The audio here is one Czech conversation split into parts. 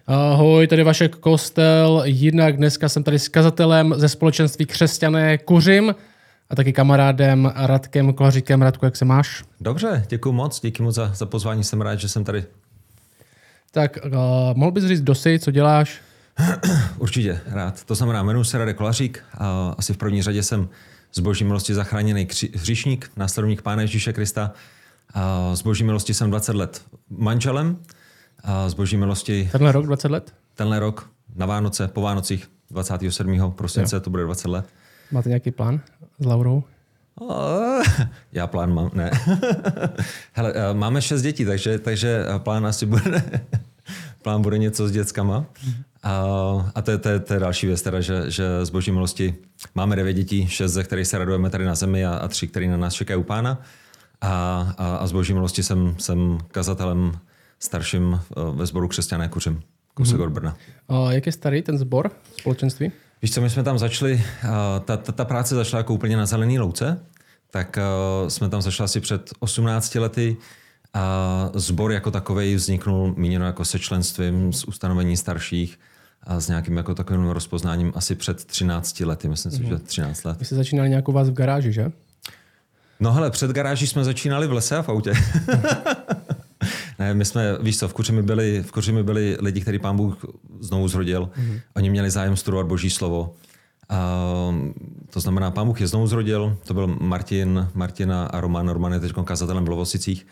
Ahoj, tady Vašek Kostel, jinak dneska jsem tady s kazatelem ze společenství Křesťané Kuřim a taky kamarádem Radkem Kolaříkem. Radku, jak se máš? Dobře, děkuji moc, díky moc za pozvání, jsem rád, že jsem tady. Tak mohl bys říct, kdo jsi, co děláš? Určitě, rád. To znamená, jmenuji se Radek Kolařík a asi v první řadě jsem z boží milosti zachráněný hříšník, následovník Pána Ježíše Krista. A z boží milosti jsem 20 let manželem a z boží milosti... Tenhle rok 20 let? Tenhle rok na Vánoce, po Vánocích 27. prosince, to bude 20 let. Máte nějaký plán s Laurou? Já plán mám, ne. Hele, máme 6 dětí, takže plán asi bude... Plán bude něco s dětskama. A to je další věc, teda, že z boží milosti máme 9 dětí, 6 ze kterých se radujeme tady na zemi a 3, který na nás čekají u Pána. A z boží milosti jsem kazatelem starším ve sboru Křesťané Kuřim, kousek od Brna. Jak je starý ten sbor, společenství? Víš co, my jsme tam začali, ta práce začala jako úplně na zelený louce, tak jsme tam začali asi před 18 lety a sbor jako takovej vzniknul míněno jako se členstvím, s ustanovením starších a s nějakým jako takovým rozpoznáním asi před 13 lety, myslím si, že 13 let. Vy jste začínali nějak u vás v garáži, že? No hele, před garáží jsme začínali v lese a v autě. Ne, my jsme, víš co, v Kuřimi byli lidi, který Pán Bůh znovu zrodil. Oni měli zájem studovat Boží slovo. To znamená, Pán Bůh je znovu zrodil. To byl Martina a Roman. Roman je teď kazatelem v Lovosicích.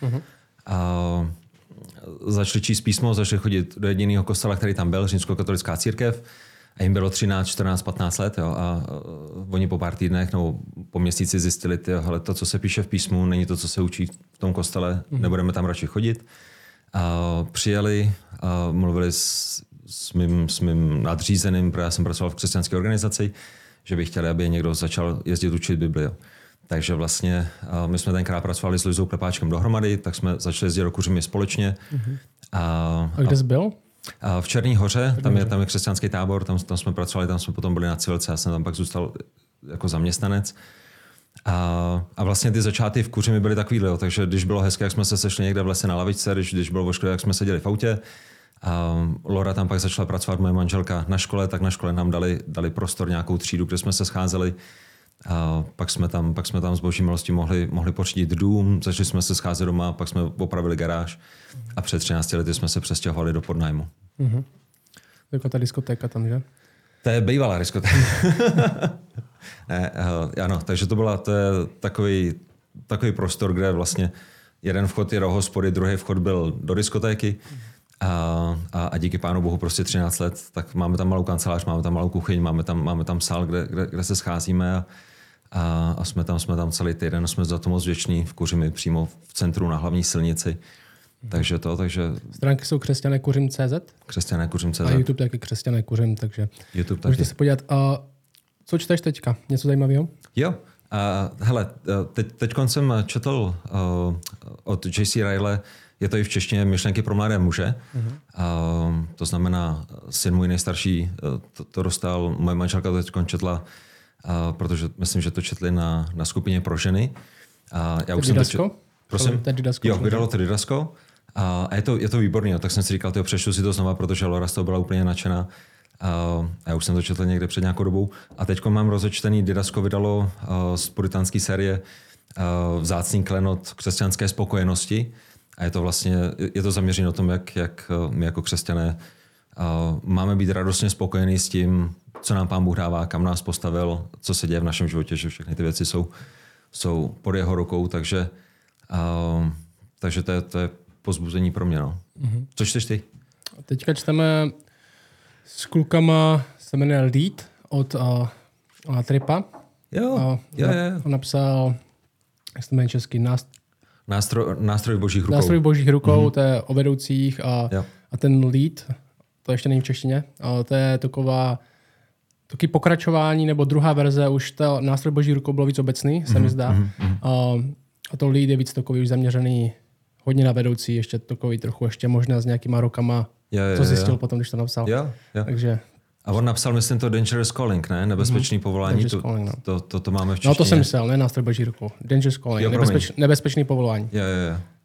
Začali číst písmo, začali chodit do jediného kostela, který tam byl, římskokatolická církev. A jim bylo 13, 14, 15 let. Jo, a oni po pár týdnech nebo po měsíci zjistili, hele, to, co se píše v písmu, není to, co se učí v tom kostele, nebudeme tam radši chodit. Přijeli, mluvili s mým nadřízeným, protože já jsem pracoval v křesťanské organizaci, že by chtěli, aby někdo začal jezdit učit Bibli. Takže vlastně my jsme tenkrát pracovali s Luizou Klepáčkem dohromady, tak jsme začali jezdit do Kuřimi společně. A kde jsi byl? V Černý Hoře, tam je křesťanský tábor, tam jsme pracovali, tam jsme potom byli na civilce, já jsem tam pak zůstal jako zaměstnanec. A vlastně ty začátky v Kuřimi byly takovýhle, takže když bylo hezké, jak jsme se sešli někde v lese na lavičce, když bylo vošklivé, jak jsme seděli v autě. Laura tam pak začala pracovat, moje manželka na škole, tak na škole nám dali prostor, nějakou třídu, kde jsme se scházeli. Pak jsme tam z boží milosti mohli pořídit dům, začali jsme se scházet doma, pak jsme opravili garáž a před 13 lety jsme se přestěhovali do podnájmu. Jako ta diskotéka tam, že? To je bývalá diskotéka. Ne, ano, takže to je takový prostor, kde vlastně jeden vchod je do hospody, druhý vchod byl do diskotéky a díky Pánu Bohu prostě 13 let, tak máme tam malou kancelář, máme tam malou kuchyň, máme tam sál, kde se scházíme a jsme tam celý týden, jsme za to moc vděční v Kuřimi, přímo v centru na hlavní silnici. Takže. Stránky jsou křesťanekuřim.cz? Křesťanekuřim.cz. A YouTube taky Křesťané Kuřim, takže YouTube taky. Můžete se podívat. Co čteš teďka? Něco zajímavého? Jo. Hele, teď jsem četl od J.C. Ryle, je to i v češtině, Myšlenky pro mladé muže. To znamená, syn můj nejstarší to dostal, moje manželka to teď četla, protože myslím, že to četli na skupině pro ženy. Já už jsem to prosím? Jo, vydalo to Didasko. A je to výborný, tak jsem si říkal, přečtu si to znova, protože Laura z toho byla úplně nadšená. A já už jsem to četl někde před nějakou dobou. A teď mám rozečtený, Didasko vydalo z puritánské série Vzácný klenot křesťanské spokojenosti. A je to zaměřeno o tom, jak my jako křesťané máme být radostně spokojení s tím, co nám Pán Bůh dává, kam nás postavil, co se děje v našem životě, že všechny ty věci jsou pod jeho rukou, takže to je pozbuzení pro mě. No. Co čteš ty? Teďka čteme s klukama, se jmenuje Lead od Tripa. Jo. On napsal, jak se jmenuje český, Nástroj božích rukou. Nástroj božích rukou, to je o vedoucích a ten Lead, to ještě není v češtině, to je taky pokračování nebo druhá verze, už to Nástroj božích rukou bylo víc obecný, se mi zdá. A to Lead je víc takový už zaměřený hodně na vedoucí, ještě takový trochu ještě možná s nějakýma rokama, co zjistil potom, když to napsal. Jo. Takže a on napsal, myslím, to Dangerous Calling, ne? Nebezpečný povolání. To máme v češtině. No to jsem myslel, ne Nástroj boží rukou. Dangerous Calling, nebezpečný povolání. Jo. Tak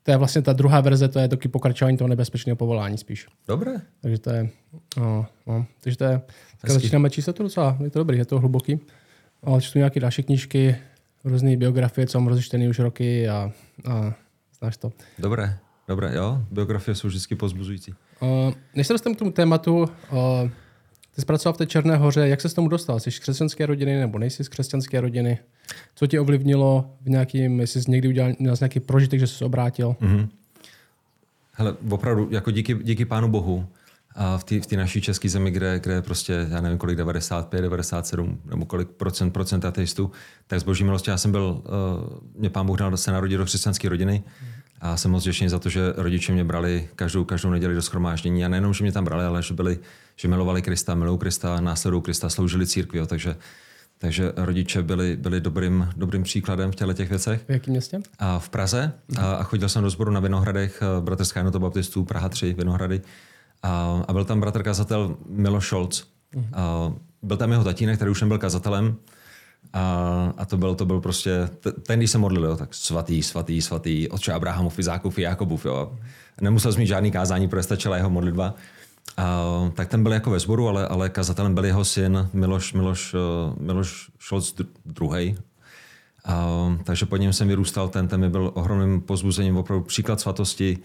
to je vlastně ta druhá verze, to je taky pokračování toho nebezpečného povolání spíš. Dobré. Takže to je, takže to je, začínáme číslo to docela, je to dobrý, je to hluboký. Ale čtu nějaké další knížky, různé biografie, co mám rozečtený už roky a znáš to. Dobré, jo, biografie jsou vždycky povzbuzující. Než se dostanu k tomu tématu, ty jsi pracoval v té Černé Hoře, jak se s tomu dostal? Jsi z křesťanské rodiny nebo nejsi z křesťanské rodiny? Co tě ovlivnilo v nějakým, jestli jsi někdy udělal nějaký prožitek, že jsi se obrátil? Mm-hmm. Hele, opravdu, jako díky Pánu Bohu, a v té naší české zemi, kde je prostě, já nevím kolik, 95, 97 nebo kolik procent ateistů, tak z boží milosti já jsem byl, mě Pán Bůh dal se narodit do křesťanské rodiny a jsem moc vděčný za to, že rodiče mě brali každou neděli do shromáždění a nejenom, že mě tam brali, ale že milovali Krista, milují Krista, následují Krista, sloužili církvi, jo, takže rodiče byli dobrým příkladem v těch věcech. V jakém městě? A v Praze a chodil jsem do sboru na Vinohradech, Bratrská jednota baptistů, Praha 3, Vinohrady. A byl tam bratr kazatel Miloš Šolc. Byl tam jeho tatínek, který už nebyl kazatelem. A to byl prostě, ten, když se modlil, jo, tak svatý, otče Abrahamův, Izákův i Jakobův. Jo. Nemusel mít žádný kázání, protože stačila jeho modlitba. Tak ten byl jako ve sboru, ale kazatelem byl jeho syn Miloš Šolc II. Takže pod ním jsem vyrůstal, ten mi byl ohromným povzbuzením, opravdu příklad svatosti,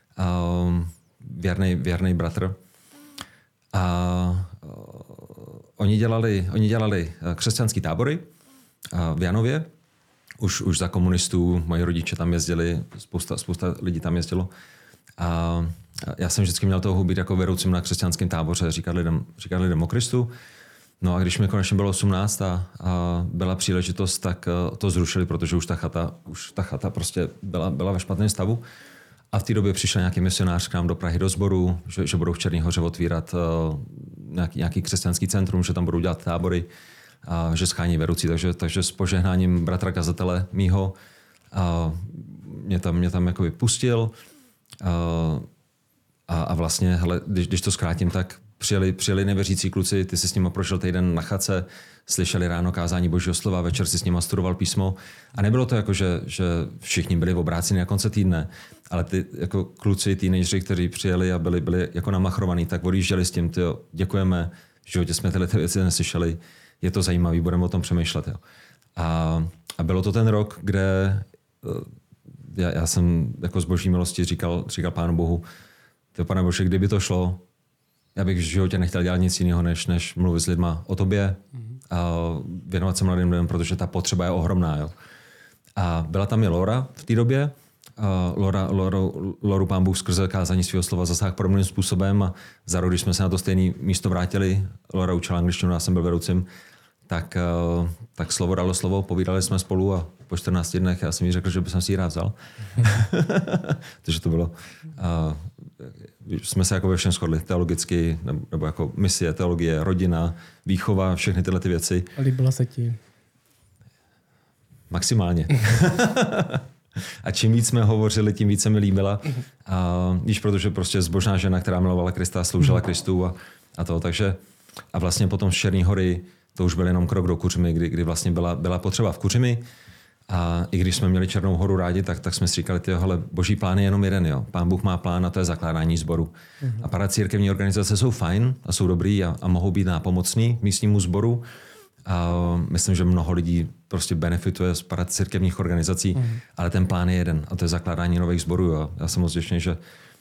věrný bratr. Oni dělali křesťanský tábory v Janově. Už za komunistů, moji rodiče tam jezdili, spousta lidí tam jezdilo. A já jsem vždycky měl touhu být jako vedoucím na křesťanském táboře, říkat lidem o Kristu. No a když mi konečně bylo 18 a byla příležitost, tak to zrušili, protože už ta chata prostě byla ve špatném stavu. A v té době přišel nějaký misionář k nám do Prahy do sboru, že budou v Černé Hoře otvírat nějaký křesťanský centrum, že tam budou dělat tábory, že schání vedoucí. Takže s požehnáním bratra kazatele mýho mě tam jakoby pustil. A vlastně, hele, když to zkrátím, tak přijeli nevěřící kluci, ty jsi s nimi prošel týden na chatce, slyšeli ráno kázání Božího slova, večer si s nimi studoval písmo. A nebylo to jako, že všichni byli obráceni na konce týdne, ale ty jako kluci, teenageři, kteří přijeli a byli jako namachrovaní, tak odjížděli s tím, tyjo, děkujeme, v životě jsme tyhle věci neslyšeli, je to zajímavý, budeme o tom přemýšlet. Jo. A bylo to ten rok, kde já jsem jako z Boží milosti říkal Pánu Bohu, Pane Bože, kdyby to šlo, já bych v životě nechtěl dělat nic jiného, než mluvit s lidma o tobě a věnovat se mladým lidem, protože ta potřeba je ohromná. Jo. A byla tam i Laura v té době. Loru Pán Bůh skrze kázání svého slova zasáhl podobným způsobem a za rok, když jsme se na to stejné místo vrátili, Laura učila angličtinu, já jsem byl vedoucím, tak slovo dalo slovo, povídali jsme spolu a po 14 dnech já jsem jí řekl, že bych si ji rád vzal. Takže to bylo... jsme se jako ve všem shodli, teologicky, nebo jako misie, teologie, rodina, výchova, všechny tyhle ty věci. A líbila se ti? Maximálně. A čím víc jsme hovořili, tím víc se mi líbila. Víš, protože prostě zbožná žena, která milovala Krista, sloužila Kristu a to. Takže a vlastně potom z Černé Hory to už byl jenom krok do Kuřimy, kdy vlastně byla potřeba v Kuřimi. A i když jsme měli Černou Horu rádi, tak jsme si říkali, hele, Boží plán je jenom jeden. Jo. Pán Bůh má plán a to je zakládání sboru. A paracírkevní organizace jsou fajn a jsou dobrý a mohou být nápomocný místnímu sboru. A myslím, že mnoho lidí prostě benefituje z paracírkevních organizací, ale ten plán je jeden a to je zakládání nových sborů. A já jsem moc vděčný, že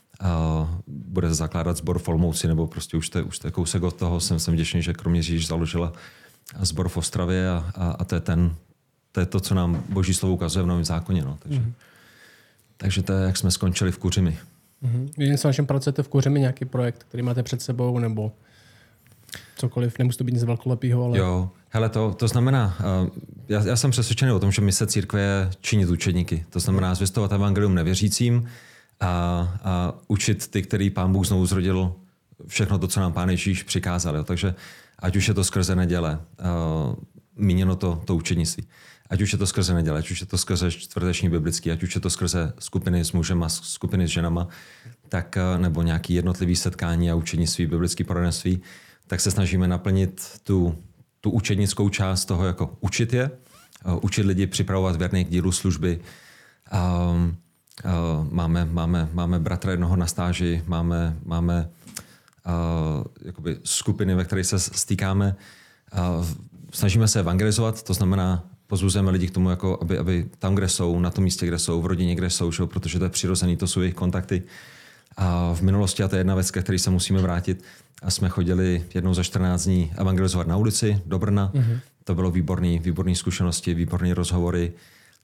bude zakládat sbor v Olomouci, nebo prostě už to je kousek od toho. Jsem vděčný, že Kroměříž založila sbor v Ostravě a to je to, co nám Boží slovo ukazuje v Novém zákoně. No. Takže to je, jak jsme skončili v Kuřimi. Jen se vašem pracujete v Kuřimi nějaký projekt, který máte před sebou, nebo cokoliv, nemusí to být nic velkolepého, ale... Jo, hele, to znamená, já jsem přesvědčený o tom, že mise církve je činit učedníky. To znamená zvěstovat evangelium nevěřícím a učit ty, který Pán Bůh znovu zrodil, všechno to, co nám Pán Ježíš přikázal. Jo. Takže ať už je to skrze neděle, míněno to učednictví. Ať už je to skrze neděle, ať už je to skrze čtvrteční biblický, ať už je to skrze skupiny s mužema, skupiny s ženama, tak nebo nějaký jednotlivý setkání a učednictví, biblické poradenství, tak se snažíme naplnit tu učednickou část toho, jako učit je, učit lidi připravovat věrné k dílu služby, Máme bratra jednoho na stáži, máme jakoby skupiny, ve kterých se stýkáme. Snažíme se evangelizovat, to znamená, pozbuzujeme lidi k tomu, jako aby tam, kde jsou, na tom místě, kde jsou, v rodině, kde jsou, že? Protože to je přirozený, to jsou jejich kontakty. A v minulosti, a to je jedna věc, ke které se musíme vrátit, a jsme chodili jednou za 14 dní evangelizovat na ulici do Brna. Mm-hmm. To bylo výborné zkušenosti, výborné rozhovory.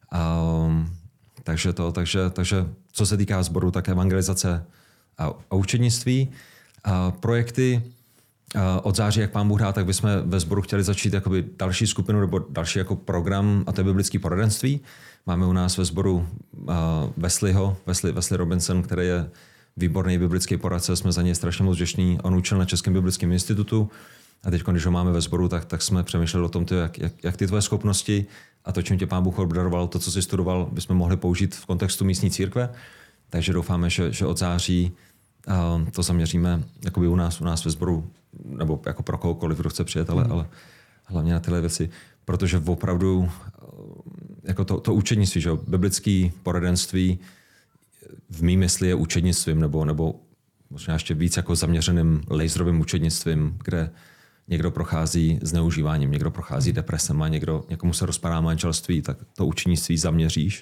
Takže co se týká sboru, tak evangelizace a učednictví. Projekty od září, jak Pán Bůh dá, tak bychom ve sboru chtěli začít jakoby další skupinu nebo další jako program, a to je biblické poradenství. Máme u nás ve sboru Wesley Robinson, který je výborný biblický poradce, jsme za něj strašně moc vděční. On učil na Českém biblickém institutu a teď, když ho máme ve sboru, tak jsme přemýšleli o tom, jak ty tvoje schopnosti a to, čím tě Pán Bůh obdaroval, to, co jsi studoval, bychom mohli použít v kontextu místní církve. Takže doufáme, že od září to zaměříme jakoby u nás ve sboru, nebo jako pro kohokoliv, kdo chce přijet, ale hlavně na tyhle věci. Protože opravdu jako to učednictví, že biblické poradenství v mý mysli je učednictvím, nebo možná ještě víc jako zaměřeným laserovým učednictvím, kde někdo prochází zneužíváním, někdo prochází depresema, někomu se rozpadá manželství, tak to učednictví zaměříš.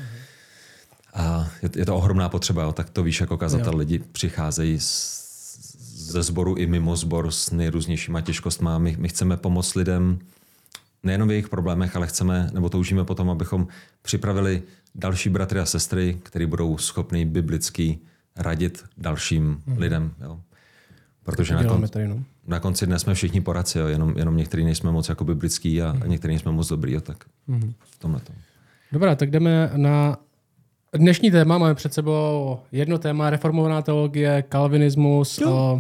A je to ohromná potřeba, tak to víš, jako kazatel, lidi přicházejí ze sboru i mimo sbor s nejrůznějšíma těžkostma. My chceme pomoct lidem nejenom v jejich problémech, ale chceme, nebo toužíme potom, abychom připravili další bratry a sestry, kteří budou schopni biblicky radit dalším lidem. Jo. Protože na konci dne jsme všichni poradci, jo. Jenom někteří nejsme moc jako biblický a někteří nejsme moc dobrý. Jo. Tak v tomhletom. Dobrá, tak jdeme na dnešní téma. Máme před sebou jedno téma, reformovaná teologie, kalvinismus,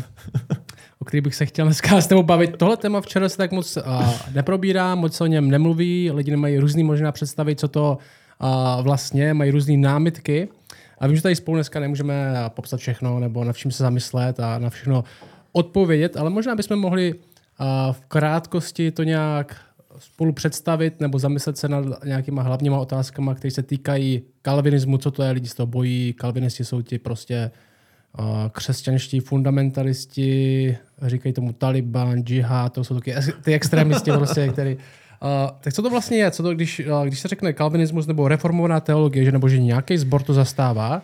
o který bych se chtěl dneska s tebou bavit. Tohle téma včera se tak moc neprobírá, moc se o něm nemluví, lidi nemají různý možná představit, co to vlastně, mají různý námitky. A vím, že tady spolu dneska nemůžeme popsat všechno, nebo na všem se zamyslet a na všechno odpovědět, ale možná bychom mohli v krátkosti to nějak spolu představit nebo zamyslet se nad nějakýma hlavníma otázkama, které se týkají kalvinismu, co to je, lidi z toho bojí, kalvinisti jsou ti prostě křesťanští fundamentalisti, říkají tomu Taliban, džihad, to jsou taky ty extrémisti, prostě, který... tak co to vlastně je? Co to, když se řekne kalvinismus nebo reformovaná teologie, že nebo že nějaký sbor to zastává,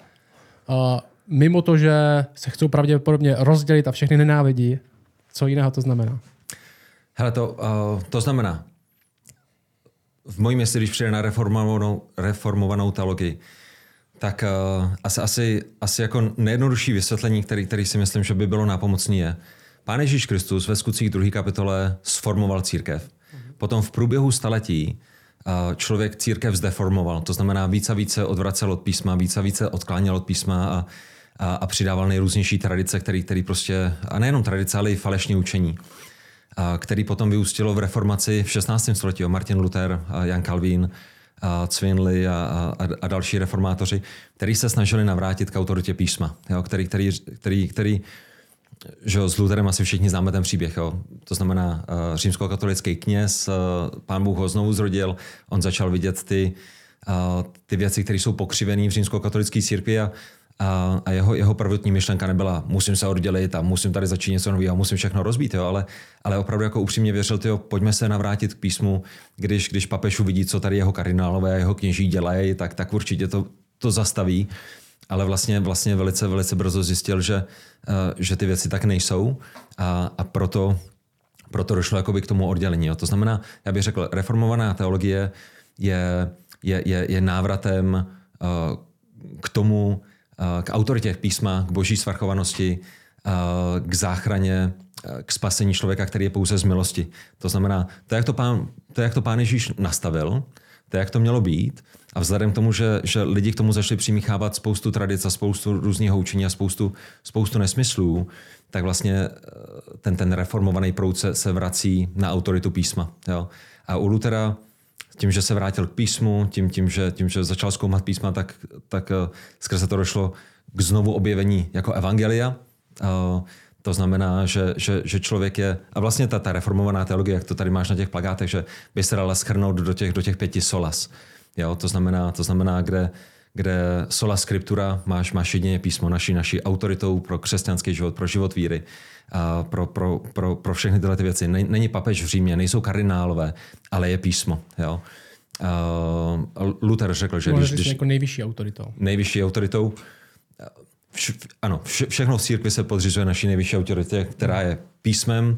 mimo to, že se chcou pravděpodobně rozdělit a všechny nenávidí, co jiného to znamená? Hele, to znamená, v mojí mysli, když přijde na reformovanou teologii, tak asi jako nejjednodušší vysvětlení, který si myslím, že by bylo nápomocný, je Pán Ježíš Kristus ve Skutcích 2. kapitole sformoval církev. Potom v průběhu staletí člověk církev zdeformoval. To znamená, víc a více odvracel od písma, víc a více odkláněl od písma a přidával nejrůznější tradice, který prostě, a nejenom tradice, ale i falešné učení, který potom vyústilo v reformaci v 16. století. Martin Luther, Jan Calvin, Zwingli a další reformátoři, kteří se snažili navrátit k autoritě písma, jo, který že s Lutherem asi všichni známe ten příběh. Jo. To znamená, římskokatolický kněz, Pán Bůh ho znovu zrodil, on začal vidět ty věci, které jsou pokřivené v římskokatolické církvi a jeho prvotní myšlenka nebyla musím se oddělit a musím tady začít něco nového a musím všechno rozbít, jo, ale opravdu jako upřímně věřil, pojďme se navrátit k písmu, když papež uvidí, co tady jeho kardinálové a jeho kněží dělají, tak určitě to zastaví. Ale vlastně velice, velice brzo zjistil, že ty věci tak nejsou a proto došlo jakoby k tomu oddělení. Jo. To znamená, já bych řekl, reformovaná teologie je návratem k tomu, k autoritě písma, k boží svrchovanosti, k záchraně, k spasení člověka, který je pouze z milosti. To znamená, to, jak to Pán Ježíš nastavil, to, jak to mělo být, a vzhledem k tomu, že lidi k tomu začali přimíchávat spoustu tradic a spoustu různého učení a spoustu nesmyslů, tak vlastně ten reformovaný proud se vrací na autoritu písma. Jo. A u Luthera, tím, že se vrátil k písmu, tím, že začal zkoumat písma, tak skrze to došlo k znovu objevení jako evangelia. To znamená, že člověk je... A vlastně ta reformovaná teologie, jak to tady máš na těch plakátech, že by se dala shrnout do těch 5 solas. Jo, to znamená, kde sola scriptura máš jedině písmo, naší autoritou pro křesťanský život, pro život víry, pro všechny tyhle ty věci. Není papež v Římě, nejsou kardinálové, ale je písmo. Jo? Luther řekl, že když jako nejvyšší autoritou. Nejvyšší autoritou. Ano, všechno v církvi se podřizuje naší nejvyšší autoritě, která je písmem.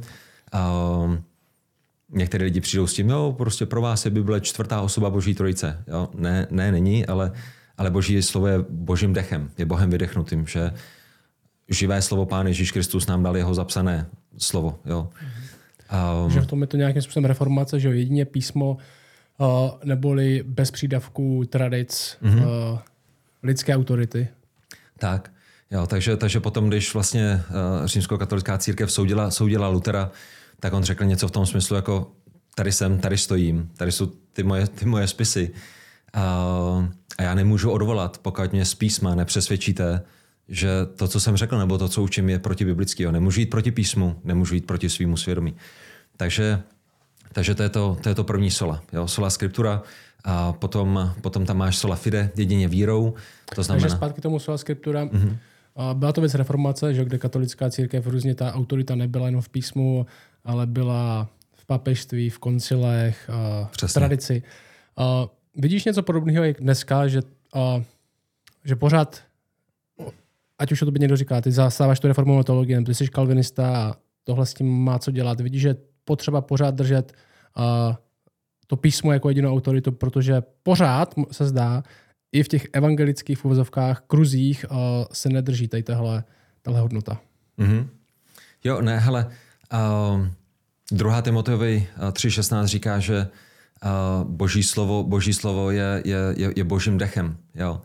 Některé lidi přijdou s tím, jo, prostě pro vás je Bible čtvrtá osoba Boží trojice. Jo? Ne, není, ale Boží slovo je Božím dechem, je Bohem vydechnutým, že živé slovo Pán Ježíš Kristus nám dal jeho zapsané slovo. Jo? Že v tom je to nějakým způsobem reformace, že jedině písmo neboli bez přídavků tradic lidské autority. Tak, jo, takže potom, když vlastně římskokatolická církev soudila Luthera, tak on řekl něco v tom smyslu, jako tady jsem, tady stojím, tady jsou ty moje spisy a já nemůžu odvolat, pokud mě z písma nepřesvědčíte, že to, co jsem řekl, nebo to, co učím, je protibiblický. Nemůžu jít proti písmu, nemůžu jít proti svýmu svědomí. Takže to je to první sola. Jo? Sola scriptura a potom tam máš sola fide, jedině vírou. To znamená... Takže zpátky tomu sola scriptura. Mm-hmm. Byla to věc reformace, že kde katolická církev různě ta autorita nebyla jenom v písmu, ale byla v papežství, v koncilech, v tradici. Vidíš něco podobného jak dneska, že pořád, ať už o tobě někdo říká, ty zastáváš tu reformovou teologii, ty jsi kalvinista a tohle s tím má co dělat. Vidíš, že potřeba pořád držet to písmo jako jedinou autoritu, protože pořád se zdá, i v těch evangelických uvozovkách, kruzích se nedrží tady tahle hodnota. Mm-hmm. Jo, ne, hele, 2. Timoteovi 3.16 říká, že Boží slovo je Božím dechem. Jo.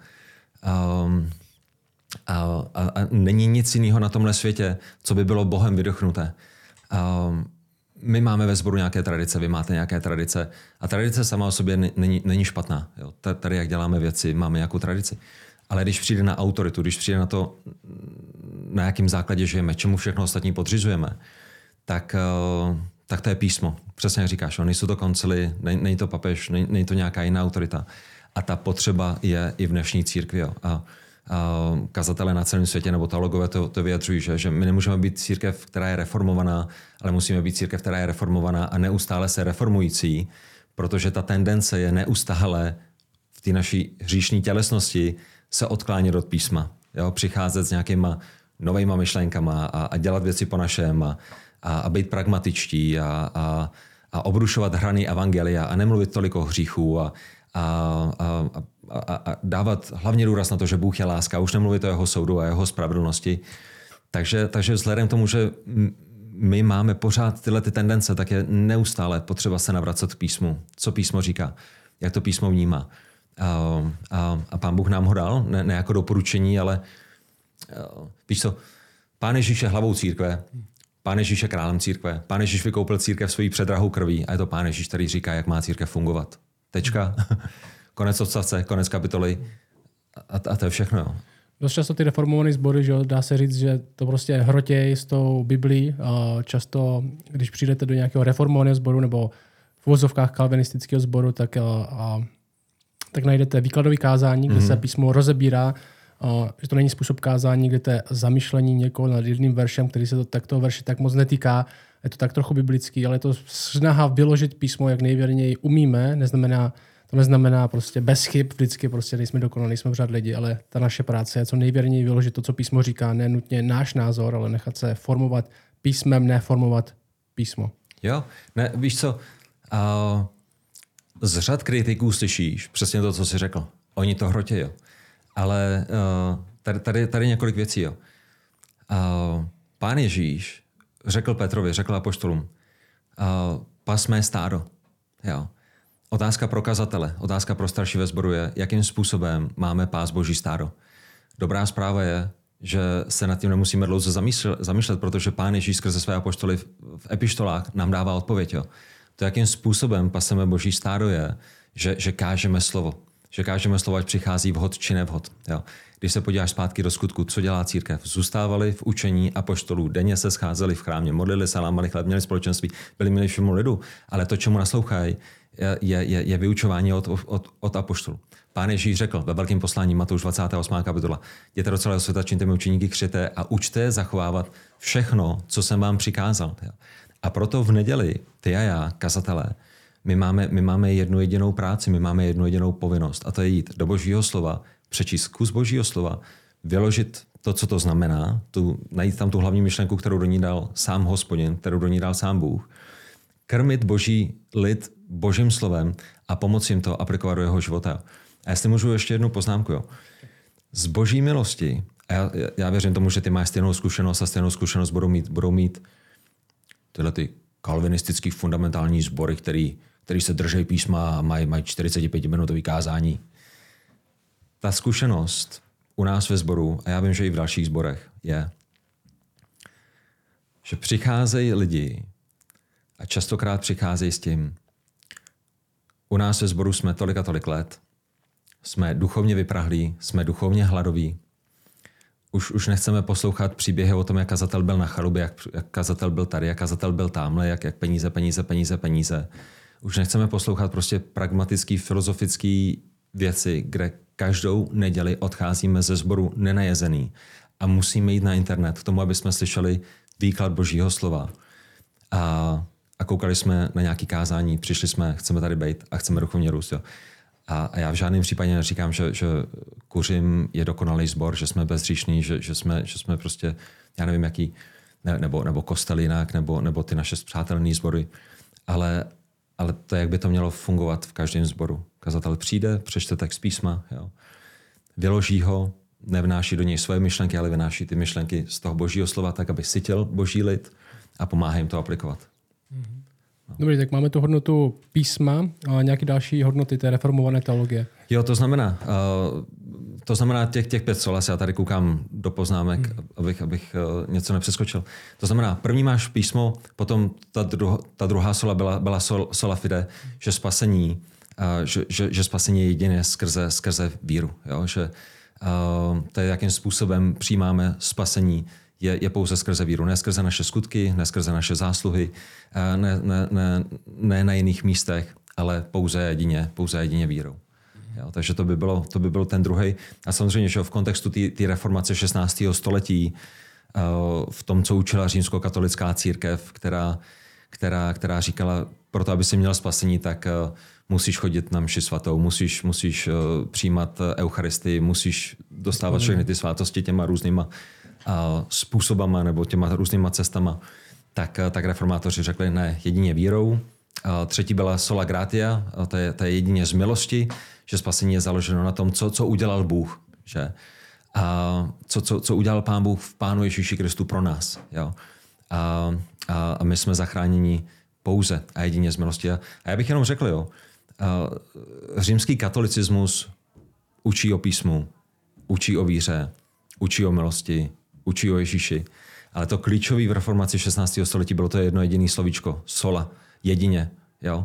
A není nic jiného na tomhle světě, co by bylo Bohem vydochnuté. My máme ve sboru nějaké tradice, vy máte nějaké tradice. A tradice sama o sobě není špatná. Jo. Tady, jak děláme věci, máme nějakou tradici. Ale když přijde na autoritu, když přijde na to, na jakém základě žijeme, čemu všechno ostatní podřizujeme, tak to je písmo. Přesně jak říkáš, nejsou to koncily, není to papež, není to nějaká jiná autorita. A ta potřeba je i v dnešní církvi. Jo. A kazatelé na celém světě nebo teologové to vyjadřují, že my nemůžeme být církev, která je reformovaná, ale musíme být církev, která je reformovaná a neustále se reformující, protože ta tendence je neustále v té naší hříšní tělesnosti se odklánět od písma. Jo? Přicházet s nějakýma novejma myšlenkama a dělat věci po našem a být pragmatičtí a obrušovat hrany evangelia a nemluvit tolik o hříchu a dávat hlavně důraz na to, že Bůh je láska, už nemluvit o jeho soudu a jeho spravedlnosti. Takže vzhledem k tomu, že my máme pořád tyhle ty tendence, tak je neustále potřeba se navracet k písmu. Co písmo říká, jak to písmo vnímá. A Pán Bůh nám ho dal, ne jako doporučení, ale víš co, Pán Ježíš je hlavou církve, Pán Ježíš je králem církve, Pán Ježíš vykoupil církev svojí předrahou krví a je to Pán Ježíš, který říká, jak má církev fungovat. Tečka. Konec odstavce, konec kapitoly a to je všechno. Jo. Dost často ty reformované sbory, že dá se říct, že to prostě hrotěj s tou Biblí. Často, když přijdete do nějakého reformovaného sboru nebo v uvozovkách kalvinistického sboru, tak najdete výkladové kázání, kde se písmo rozebírá, že to není způsob kázání, kde to je zamyšlení někoho nad jedným veršem, který se toho verše tak moc netýká. Je to tak trochu biblický, ale je to snaha vyložit písmo, jak nejvěrněji umíme. To neznamená prostě bez chyb, vždycky prostě nejsme dokonalí, nejsme pořád lidi, ale ta naše práce je co nejvěrněji vyložit to, co písmo říká, ne nutně náš názor, ale nechat se formovat písmem, ne formovat písmo. Jo, ne, víš co, z řad kritiků slyšíš přesně to, co jsi řekl. Oni to hrotějí, jo. Ale tady několik věcí, jo. Pán Ježíš řekl Petrovi, řekl apoštolům, pas mé stádo, jo. Otázka pro kazatele, otázka pro starší ve sboru je, jakým způsobem máme pás Boží stádo. Dobrá zpráva je, že se nad tím nemusíme dlouze zamýšlet, protože Pán Ježíš skrze své apoštoly v epištolách nám dává odpověď. Jo. To, jakým způsobem paseme Boží stádo je, že kážeme slovo. že kážeme slovo, ať přichází vhod či nevhod. Jo. Když se podíváš zpátky do skutku, co dělá církev? Zůstávali v učení apoštolů, denně se scházeli v chrámě, modlili se, lámali chléb, měli společenství, byli milí všemu lidu, ale to, čemu naslouchají, je vyučování od apoštolů. Pán Ježíš řekl ve velkém poslání Matouš 28. kapitola: jděte do celého světa, čiňte mi učeníky, křtěte a učte je zachovávat všechno, co jsem vám přikázal. A proto v neděli ty a já, kazatelé, my máme jednu jedinou práci, my máme jednu jedinou povinnost, a to je jít do Božího slova, přečíst kus Božího slova, vyložit to, co to znamená, najít tam tu hlavní myšlenku, kterou do ní dal sám Hospodin, kterou do ní dal sám Bůh, krmit Boží lid Božím slovem a pomoci jim to aplikovat do jeho života. A jestli můžu ještě jednu poznámku, jo. Z Boží milosti, a já věřím tomu, že ty máš stejnou zkušenost a stejnou zkušenost budou mít tyhle ty kalvinistický fundamentální sbory, který se drží písma a mají 45-minutový kázání. Ta zkušenost u nás ve sboru, a já vím, že i v dalších sborech, je, že přicházejí lidi a častokrát přicházejí s tím: u nás ve sboru jsme tolik a tolik let, jsme duchovně vyprahlí, jsme duchovně hladoví, už nechceme poslouchat příběhy o tom, jak kazatel byl na chalubě, jak kazatel byl tady, jak kazatel byl tamhle, jak peníze. Už nechceme poslouchat prostě pragmatický, filozofický věci, kde každou neděli odcházíme ze sboru nenajezený a musíme jít na internet k tomu, aby jsme slyšeli výklad Božího slova. A koukali jsme na nějaké kázání, přišli jsme, chceme tady být a chceme duchovně růst. Jo. A já v žádném případě neříkám, že Kuřim je dokonalý sbor, že jsme bezříšní, že jsme prostě, já nevím jaký, nebo kostel jinak, nebo ty naše spřátelné sbory. Ale to, jak by to mělo fungovat v každém sboru. Kazatel přijde, přečte text písma, jo. Vyloží ho, nevnáší do něj svoje myšlenky, ale vynáší ty myšlenky z toho Božího slova tak, aby sytil Boží lid a pomáhá jim to aplikovat. No. Dobrý, tak máme tu hodnotu písma a nějaké další hodnoty té reformované teologie. Jo, to znamená těch 5 solas, já tady koukám do poznámek, abych něco nepřeskočil. To znamená, první máš písmo, potom ta druhá sola byla sola fide, že spasení, že spasení je jediné skrze víru. Jo? Že to je, jakým způsobem přijímáme spasení, je pouze skrze víru, ne skrze naše skutky, ne skrze naše zásluhy, ne na jiných místech, ale pouze jedině vírou. Jo, takže to by byl ten druhý. A samozřejmě, že v kontextu té reformace 16. století, v tom, co učila římskokatolická církev, která říkala, proto, aby si měl spasení, tak musíš chodit na mši svatou, musíš přijímat eucharistii, musíš dostávat všechny ty svátosti těma různýma způsobama nebo těma různýma cestama. Tak reformátoři řekli, ne, jedině vírou. Třetí byla sola gratia, to je jedině z milosti, že spasení je založeno na tom, co udělal Bůh. Že? A co udělal Pán Bůh v Pánu Ježíši Kristu pro nás. Jo? A my jsme zachráněni pouze a jedině z milosti. A já bych jenom řekl, jo, římský katolicismus učí o písmu, učí o víře, učí o milosti, učí o Ježíši. Ale to klíčové v reformaci 16. století bylo to jedno jediné slovíčko, sola, jedině. Jo?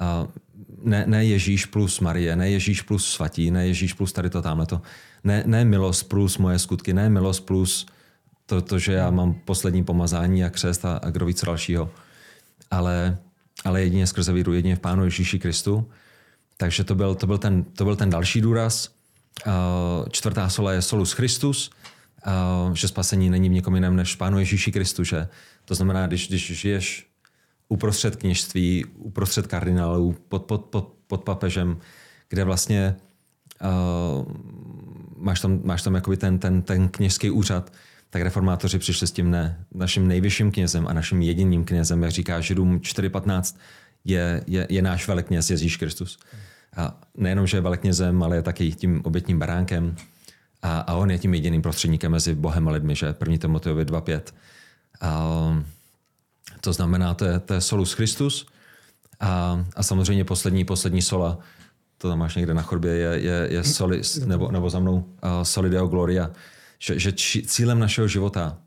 Ne Ježíš plus Marie, ne Ježíš plus svatí, ne Ježíš plus tady to tamhleto. Ne milost plus moje skutky, ne milost plus to, že já mám poslední pomazání a křest a kdo ví co dalšího. Ale jedině skrze víru, jedině v Pánu Ježíši Kristu. Takže to byl ten další důraz. Čtvrtá sola je solus Christus, že spasení není v nikom jiném než v Pánu Ježíši Kristu. Že? To znamená, když žiješ uprostřed kněžství, uprostřed kardinálů, pod papežem, kde vlastně máš tam jakoby ten kněžský úřad, tak reformátoři přišli s tím, ne, naším nejvyšším knězem a naším jediným knězem, jak říká Židům 4.15, je náš velekněz Ježíš Kristus. A nejenom, že je veleknězem, ale je taky tím obětním baránkem a on je tím jediným prostředníkem mezi Bohem a lidmi, že 1. Timotejovi 2.5. To znamená, to je solus Christus a samozřejmě poslední sola, to tam máš někde na chodbě, je soli, nebo za mnou soli Deo Gloria, že cílem našeho života,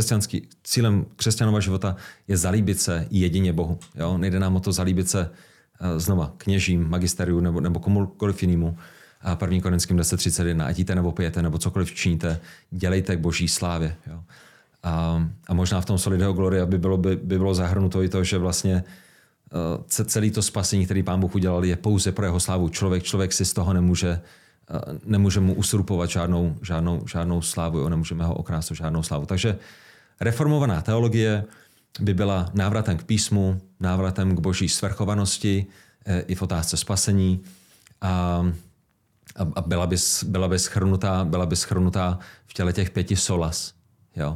cílem křesťanova života je zalíbit se jedině Bohu. Jo? Nejde nám o to zalíbit se znova kněžím, magisteriu nebo komukoliv jinému. A 1. Korinským 10:31, ať jíte nebo pijete, nebo cokoliv činíte, dělejte k boží slávě. Jo. A možná v tom Soli Deo Gloria by bylo zahrnuto i to, že vlastně celé to spasení, který Pán Bůh udělal, je pouze pro jeho slávu. Člověk si z toho nemůže mu usurpovat žádnou slávu, nemůžeme ho okrást o žádnou slávu. Takže reformovaná teologie by byla návratem k písmu, návratem k boží svrchovanosti i v otázce spasení a byla by schrnutá v těle těch 5 solas. Jo.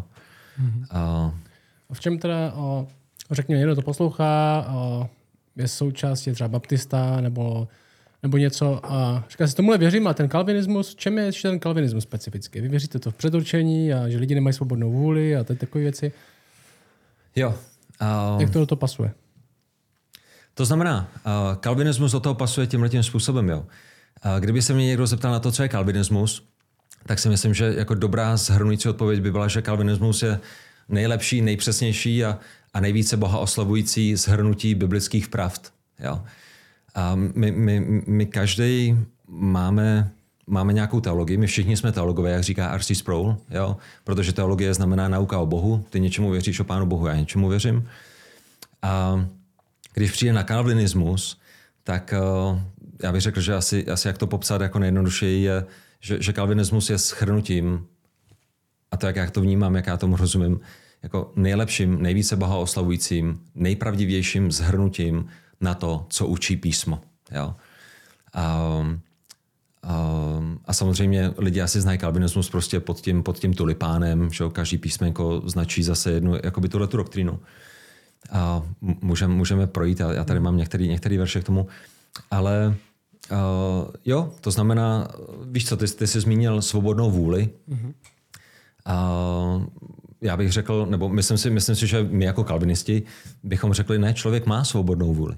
V čem teda, řekněme, někdo to poslouchá, je součástí třeba baptista nebo něco a říká si, tomuhle věřím a ten kalvinismus, čem je ten kalvinismus specifický? Vy věříte to v předurčení a že lidi nemají svobodnou vůli a takové věci? Jo. Jak to do toho pasuje? To znamená, kalvinismus do toho pasuje tímhletím způsobem. Jo. Kdyby se mě někdo zeptal na to, co je kalvinismus, tak si myslím, že jako dobrá shrnující odpověď by byla, že kalvinismus je nejlepší, nejpřesnější a nejvíce Boha oslavující shrnutí biblických pravd. Jo. A my každý máme nějakou teologii, my všichni jsme teologové, jak říká R.C. Sproul, jo? Protože teologie znamená nauka o Bohu, ty něčemu věříš o Pánu Bohu, já něčemu věřím. A když přijde na kalvinismus, tak já bych řekl, že asi jak to popsat jako nejjednodušeji je, že kalvinismus je shrnutím, a to, jak já to vnímám, jak já tomu rozumím, jako nejlepším, nejvíce Boha oslavujícím, nejpravdivějším shrnutím na to, co učí písmo. Jo? A samozřejmě lidi asi znají kalvinismus prostě pod tím tulipánem, že každý písmenko značí zase jednu, jakoby tuhletu doktrínu. A můžeme projít, já tady mám některý verše k tomu, ale jo, to znamená, víš co, ty jsi zmínil svobodnou vůli. Mm-hmm. Já bych řekl, nebo myslím si, že my jako kalvinisti bychom řekli, ne, člověk má svobodnou vůli.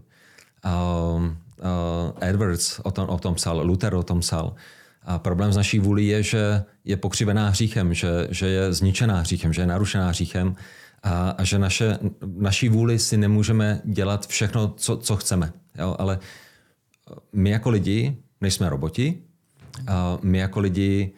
Edwards o tom psal, Luther o tom psal. A problém z naší vůli je, že je pokřivená hříchem, že je zničená hříchem, že je narušená hříchem a že naší vůli si nemůžeme dělat všechno, co chceme. Jo? Ale my jako lidi nejsme roboti. My jako lidi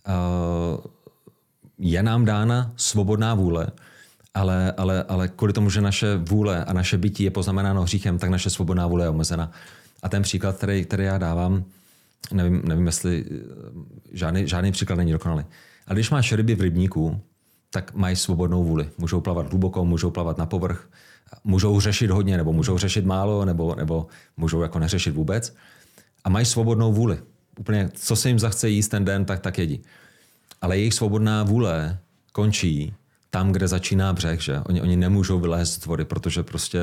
je nám dána svobodná vůle, ale kvůli tomu, že naše vůle a naše bytí je poznamenáno hříchem, tak naše svobodná vůle je omezena. A ten příklad, který já dávám, nevím jestli žádný příklad není dokonalý. Ale když máš ryby v rybníku, tak mají svobodnou vůli. Můžou plavat hluboko, můžou plavat na povrch, můžou řešit hodně, nebo můžou řešit málo, nebo můžou jako neřešit vůbec. A mají svobodnou vůli. Úplně, co se jim zachce jíst ten den, tak jedí. Ale jejich svobodná vůle končí tam, kde začíná břeh, že? Oni nemůžou vylézt z vody, protože prostě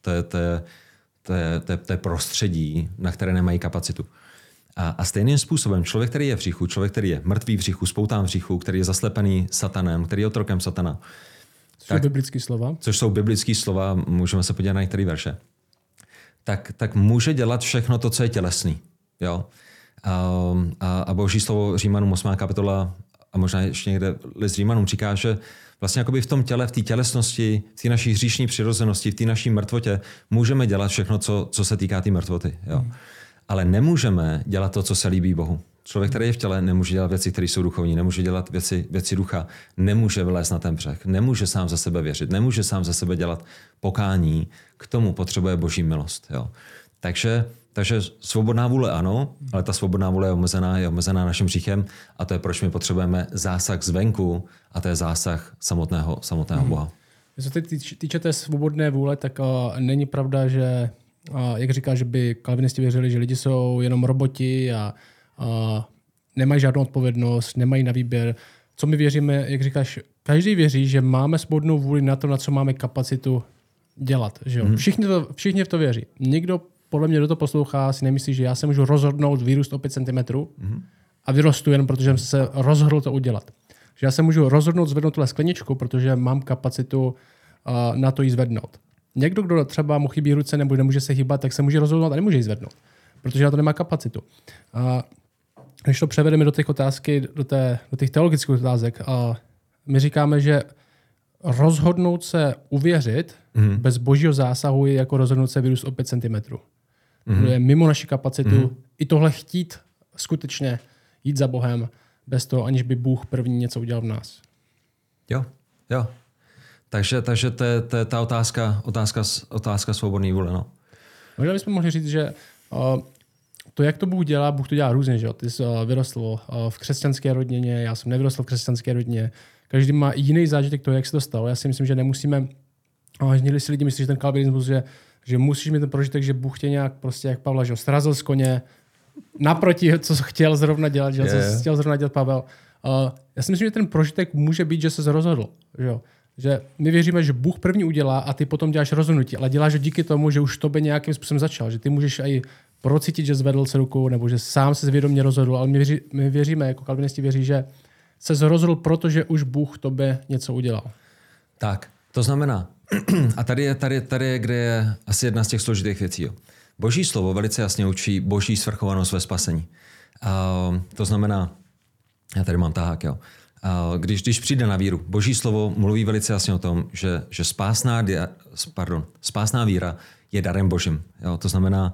to je prostředí, na které nemají kapacitu. A stejným způsobem člověk, který je v hříchu, člověk, který je mrtvý v hříchu, spoután v hříchu, který je zaslepený satanem, který je otrokem satana. Což jsou biblické slova, můžeme se podívat na některé verše. Tak může dělat všechno to, co je tělesný. Jo? A Boží slovo Římanům 8. kapitola a možná ještě někde list Římanům říká, že vlastně jakoby v tom těle, v té tělesnosti, v té naší hříšní přirozenosti, v té naší mrtvotě můžeme dělat všechno, co se týká té mrtvoty. Jo? Ale nemůžeme dělat to, co se líbí Bohu. Člověk, který je v těle, nemůže dělat věci, které jsou duchovní, nemůže dělat věci ducha, nemůže vylézt na ten břeh, nemůže sám za sebe věřit, nemůže sám za sebe dělat pokání, k tomu potřebuje Boží milost. Jo? Takže svobodná vůle ano, ale ta svobodná vůle je omezená naším hříchem a to je, proč my potřebujeme zásah zvenku a to je zásah samotného Boha. Co se týče té svobodné vůle, tak není pravda, že jak říkáš, že by kalvinisti věřili, že lidi jsou jenom roboti a nemají žádnou odpovědnost, nemají na výběr. Co my věříme, jak říkáš, každý věří, že máme svobodnou vůli na to, na co máme kapacitu dělat. Že jo? Všichni v to věří. Nikdo, podle mě, kdo to poslouchá, si nemyslí, že já se můžu rozhodnout vyrůst o 5 cm a vyrostu jenom, protože jsem se rozhodl to udělat. Že já se můžu rozhodnout zvednout tuhle skleničku, protože mám kapacitu na to jí zvednout. Někdo, kdo třeba mu chybí ruce nebo nemůže se hýbat, tak se může rozhodnout a nemůže ji zvednout, protože na to nemá kapacitu. A když to převedeme do těch otázky, do těch teologických otázek, my říkáme, že rozhodnout se uvěřit bez Božího zásahu je jako rozhodnout se vyrůst o 5 cm. kdo je mimo naši kapacitu, i tohle chtít skutečně jít za Bohem, bez toho, aniž by Bůh první něco udělal v nás. Jo. Takže to je ta otázka svobodný vůle. No. Možná bychom mohli říct, že to, jak to Bůh to dělá různě. Že? Ty jsi vyrostl v křesťanské rodině, já jsem nevyrostl v křesťanské rodině. Každý má jiný zážitek toho, jak se to stalo. Já si myslím, že nemusíme, někdy si lidi myslí, že ten kalvinismus, že musíš mít ten prožitek, že Bůh tě nějak prostě, jak Pavla, že srazil z koně, naproti, co chtěl zrovna dělat, co chtěl zrovna dělat Pavel. Já si myslím, že ten prožitek může být, že se rozhodl. Že my věříme, že Bůh první udělá a ty potom děláš rozhodnutí, ale děláš díky tomu, že už tobě nějakým způsobem začal. Že ty můžeš i procítit, že zvedl se rukou, nebo že sám se zvědomě rozhodl, ale my věříme, jako kalvinisti věří, že se rozhodl, protože už Bůh tobě něco udělal. Tak, to znamená, a tady je, kde je asi jedna z těch složitých věcí. Jo. Boží slovo velice jasně učí boží svrchovanost ve spasení. To znamená, já tady mám tahák, jo. Když přijde na víru, boží slovo mluví velice jasně o tom, že spásná víra je darem božím. Jo. To znamená,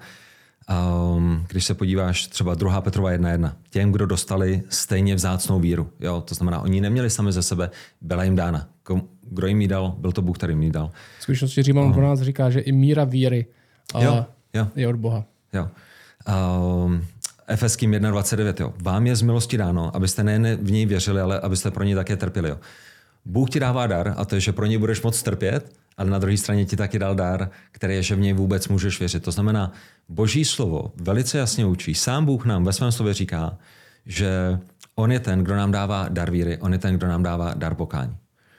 když se podíváš třeba 2. Petrova 1.1, těm, kdo dostali stejně vzácnou víru. Jo. To znamená, oni neměli sami ze sebe, byla jim dána. Kdo jim ji dal, byl to Bůh, který jim ji dal. V skutečnosti Římanům 12 říká, že i míra víry je od Boha. Jo. Efeským 1.29. Jo. Vám je z milosti dáno, abyste nejen v něj věřili, ale abyste pro něj také trpěli. Jo. Bůh ti dává dar a to je, že pro něj budeš moc trpět, ale na druhé straně ti taky dal dar, který je, že v něj vůbec můžeš věřit. To znamená, boží slovo velice jasně učí. Sám Bůh nám ve svém slově říká, že on je ten, kdo nám dává dar víry, on je ten, kdo nám dává dar pokání.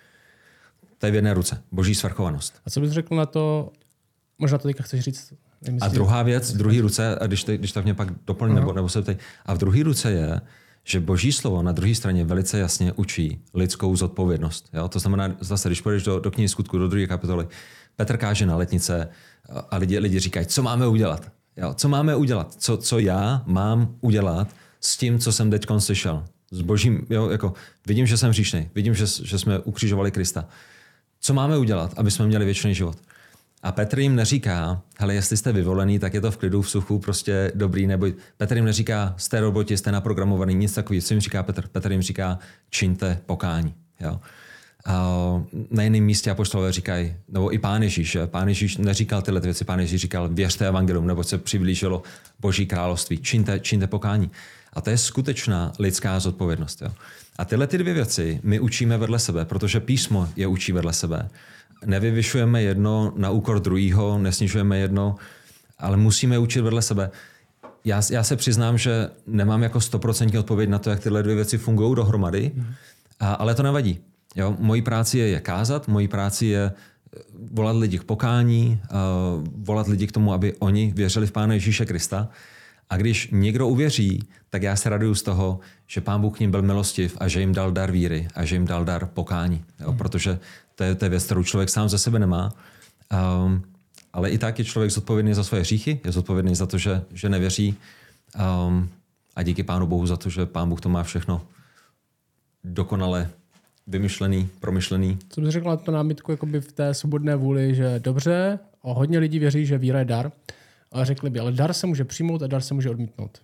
To je v jedné ruce. Boží svrchovanost. A co bys řekl na to, možná to teďka chceš říct? A druhá věc, v druhé ruce, a když tak mě pak doplní, nebo se ptej, a v druhé ruce je, že boží slovo na druhé straně velice jasně učí lidskou zodpovědnost. Jo? To znamená, zase, když půjdeš do knihy Skutků, do 2. kapitoly, Petr káže na letnice a lidi říkají, co máme udělat? Jo? Co máme udělat? Co já mám udělat s tím, co jsem teď slyšel? S božím, jo? Jako, vidím, že jsem hříšnej, vidím, že jsme ukřižovali Krista. Co máme udělat, aby jsme měli věčný život? A Petr jim neříká, hele, jestli jste vyvolený, tak je to v klidu, v suchu, prostě dobrý, nebo Petr jim neříká, jste roboti, jste naprogramovaný, nic takového. Co jim říká Petr? Petr jim říká, čiňte pokání. Jo? A na jiném místě apoštolové říkají, nebo i Pán Ježíš. Pán Ježíš neříkal tyhle věci, Pán Ježíš říkal, věřte evangelium, nebo se přiblížilo Boží království, čiňte pokání. A to je skutečná lidská zodpovědnost. Jo? A tyhle ty dvě věci my učíme vedle sebe, protože písmo je učí vedle sebe. Nevyvyšujeme jedno na úkor druhého, nesnižujeme jedno, ale musíme učit vedle sebe. Já se přiznám, že nemám jako 100% odpověď na to, jak tyhle dvě věci fungují dohromady, ale to nevadí. Jo? Mojí práci je kázat, mojí práci je volat lidi k pokání, volat lidi k tomu, aby oni věřili v Pána Ježíše Krista. A když někdo uvěří, tak já se raduju z toho, že Pán Bůh k ním byl milostiv a že jim dal dar víry a že jim dal dar pokání. Jo? Protože to je věc, kterou člověk sám ze sebe nemá. Ale i tak je člověk zodpovědný za svoje hříchy, je zodpovědný za to, že nevěří. A díky Pánu Bohu za to, že Pán Bůh to má všechno dokonale vymyšlený, promyšlený. Co bys řekl na tu námitku jakoby v té svobodné vůli, že dobře, a hodně lidí věří, že víra je dar, ale řekli by, ale dar se může přijmout a dar se může odmítnout.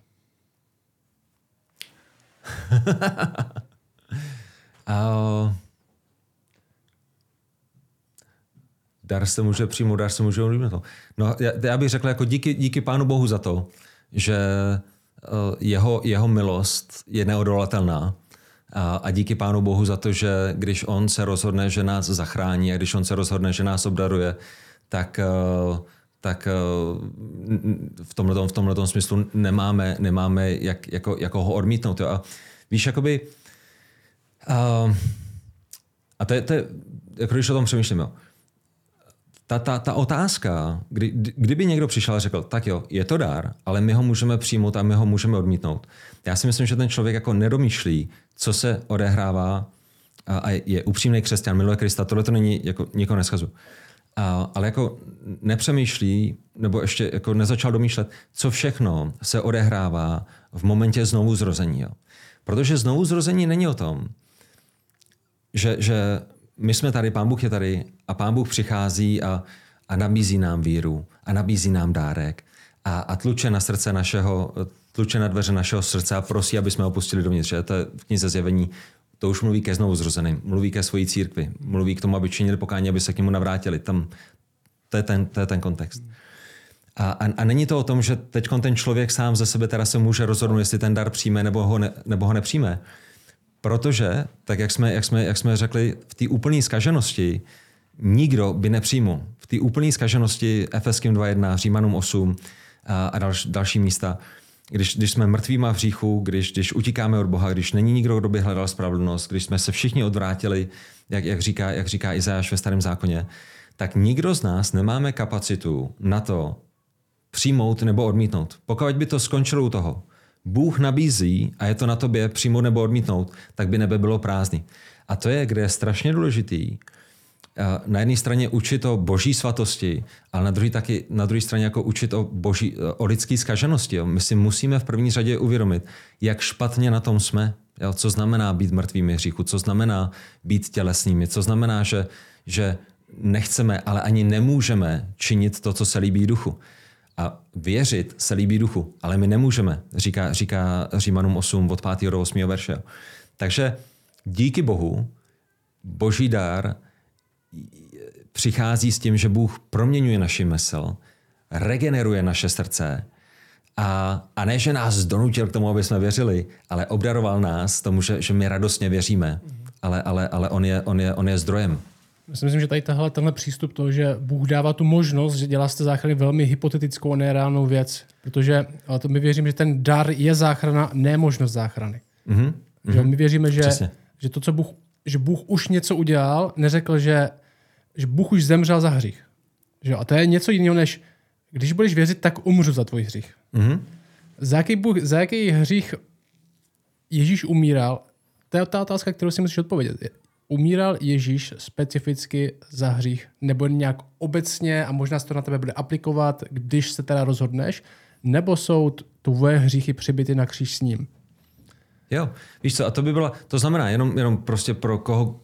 Dar se může přijmout, dar se může odmítnout. No, já bych řekl jako díky Pánu Bohu za to, že jeho milost je neodolatelná. A díky Pánu Bohu za to, že když on se rozhodne, že nás zachrání a když on se rozhodne, že nás obdaruje, tak v tomhletom smyslu nemáme jak ho odmítnout. Jo. A víš, jakoby... A to je jako když o tom přemýšlím, jo. Ta otázka, kdyby někdo přišel a řekl, tak jo, je to dar, ale my ho můžeme přijmout a my ho můžeme odmítnout. Já si myslím, že ten člověk jako nedomýšlí, co se odehrává a je upřímný křesťan, miluje Krista, tohle to není, jako nikoho neschazu. Ale jako nepřemýšlí, nebo ještě jako nezačal domýšlet, co všechno se odehrává v momentě znovuzrození. Jo. Protože znovuzrození není o tom, že my jsme tady, Pán Bůh je tady a Pán Bůh přichází a nabízí nám víru a nabízí nám dárek a tluče na dveře našeho srdce a prosí, aby jsme ho pustili dovnitř. To je v knize Zjevení. To už mluví ke znovuzrozeným, mluví ke svojí církvi, mluví k tomu, aby činili pokání, aby se k němu navrátili. To je ten kontext. A není to o tom, že teď ten člověk sám ze sebe teda se může rozhodnout, jestli ten dar přijme nebo ho nepřijme. Protože, tak jak jsme řekli, v té úplné zkaženosti nikdo by nepřijmul. V té úplné zkaženosti Efeským 2.1, Římanům 8 a další místa, když jsme mrtvýma v hříchu, když utíkáme od Boha, když není nikdo, kdo by hledal spravedlnost, když jsme se všichni odvrátili, jak říká Izajáš ve Starém zákoně, tak nikdo z nás nemáme kapacitu na to přijmout nebo odmítnout. Pokud by to skončilo u toho, Bůh nabízí a je to na tobě přijmout nebo odmítnout, tak by nebe bylo prázdný. A to je, kde je strašně důležitý na jedné straně učit o boží svatosti, ale na druhé straně jako učit o lidské zkaženosti. Jo. My si musíme v první řadě uvědomit, jak špatně na tom jsme. Jo. Co znamená být mrtvými hříchu, co znamená být tělesnými, co znamená, že nechceme, ale ani nemůžeme činit to, co se líbí duchu. A věřit se líbí duchu, ale my nemůžeme, říká Římanům 8 od 5. do 8. verše. Jo. Takže díky Bohu boží dar přichází s tím, že Bůh proměňuje naši mysl, regeneruje naše srdce a ne, že nás donutil k tomu, aby jsme věřili, ale obdaroval nás tomu, že my radostně věříme, ale on je zdrojem. Myslím, že tady tenhle přístup toho, že Bůh dává tu možnost, že dělá z té záchrany velmi hypotetickou a nereálnou věc, protože to my věříme, že ten dar je záchrana, ne možnost záchrany. Že my věříme, že to, že Bůh už něco udělal, neřekl, že Bůh už zemřel za hřích. Že? A to je něco jiného, než když budeš věřit, tak umřu za tvůj hřích. Za jaký hřích Ježíš umíral? To je ta otázka, kterou si musíš odpovědět. Umíral Ježíš specificky za hřích? Nebo nějak obecně a možná se to na tebe bude aplikovat, když se teda rozhodneš? Nebo jsou tvoje hříchy přibyty na kříž s ním? Jo, víš co, a to by bylo, to znamená jenom prostě pro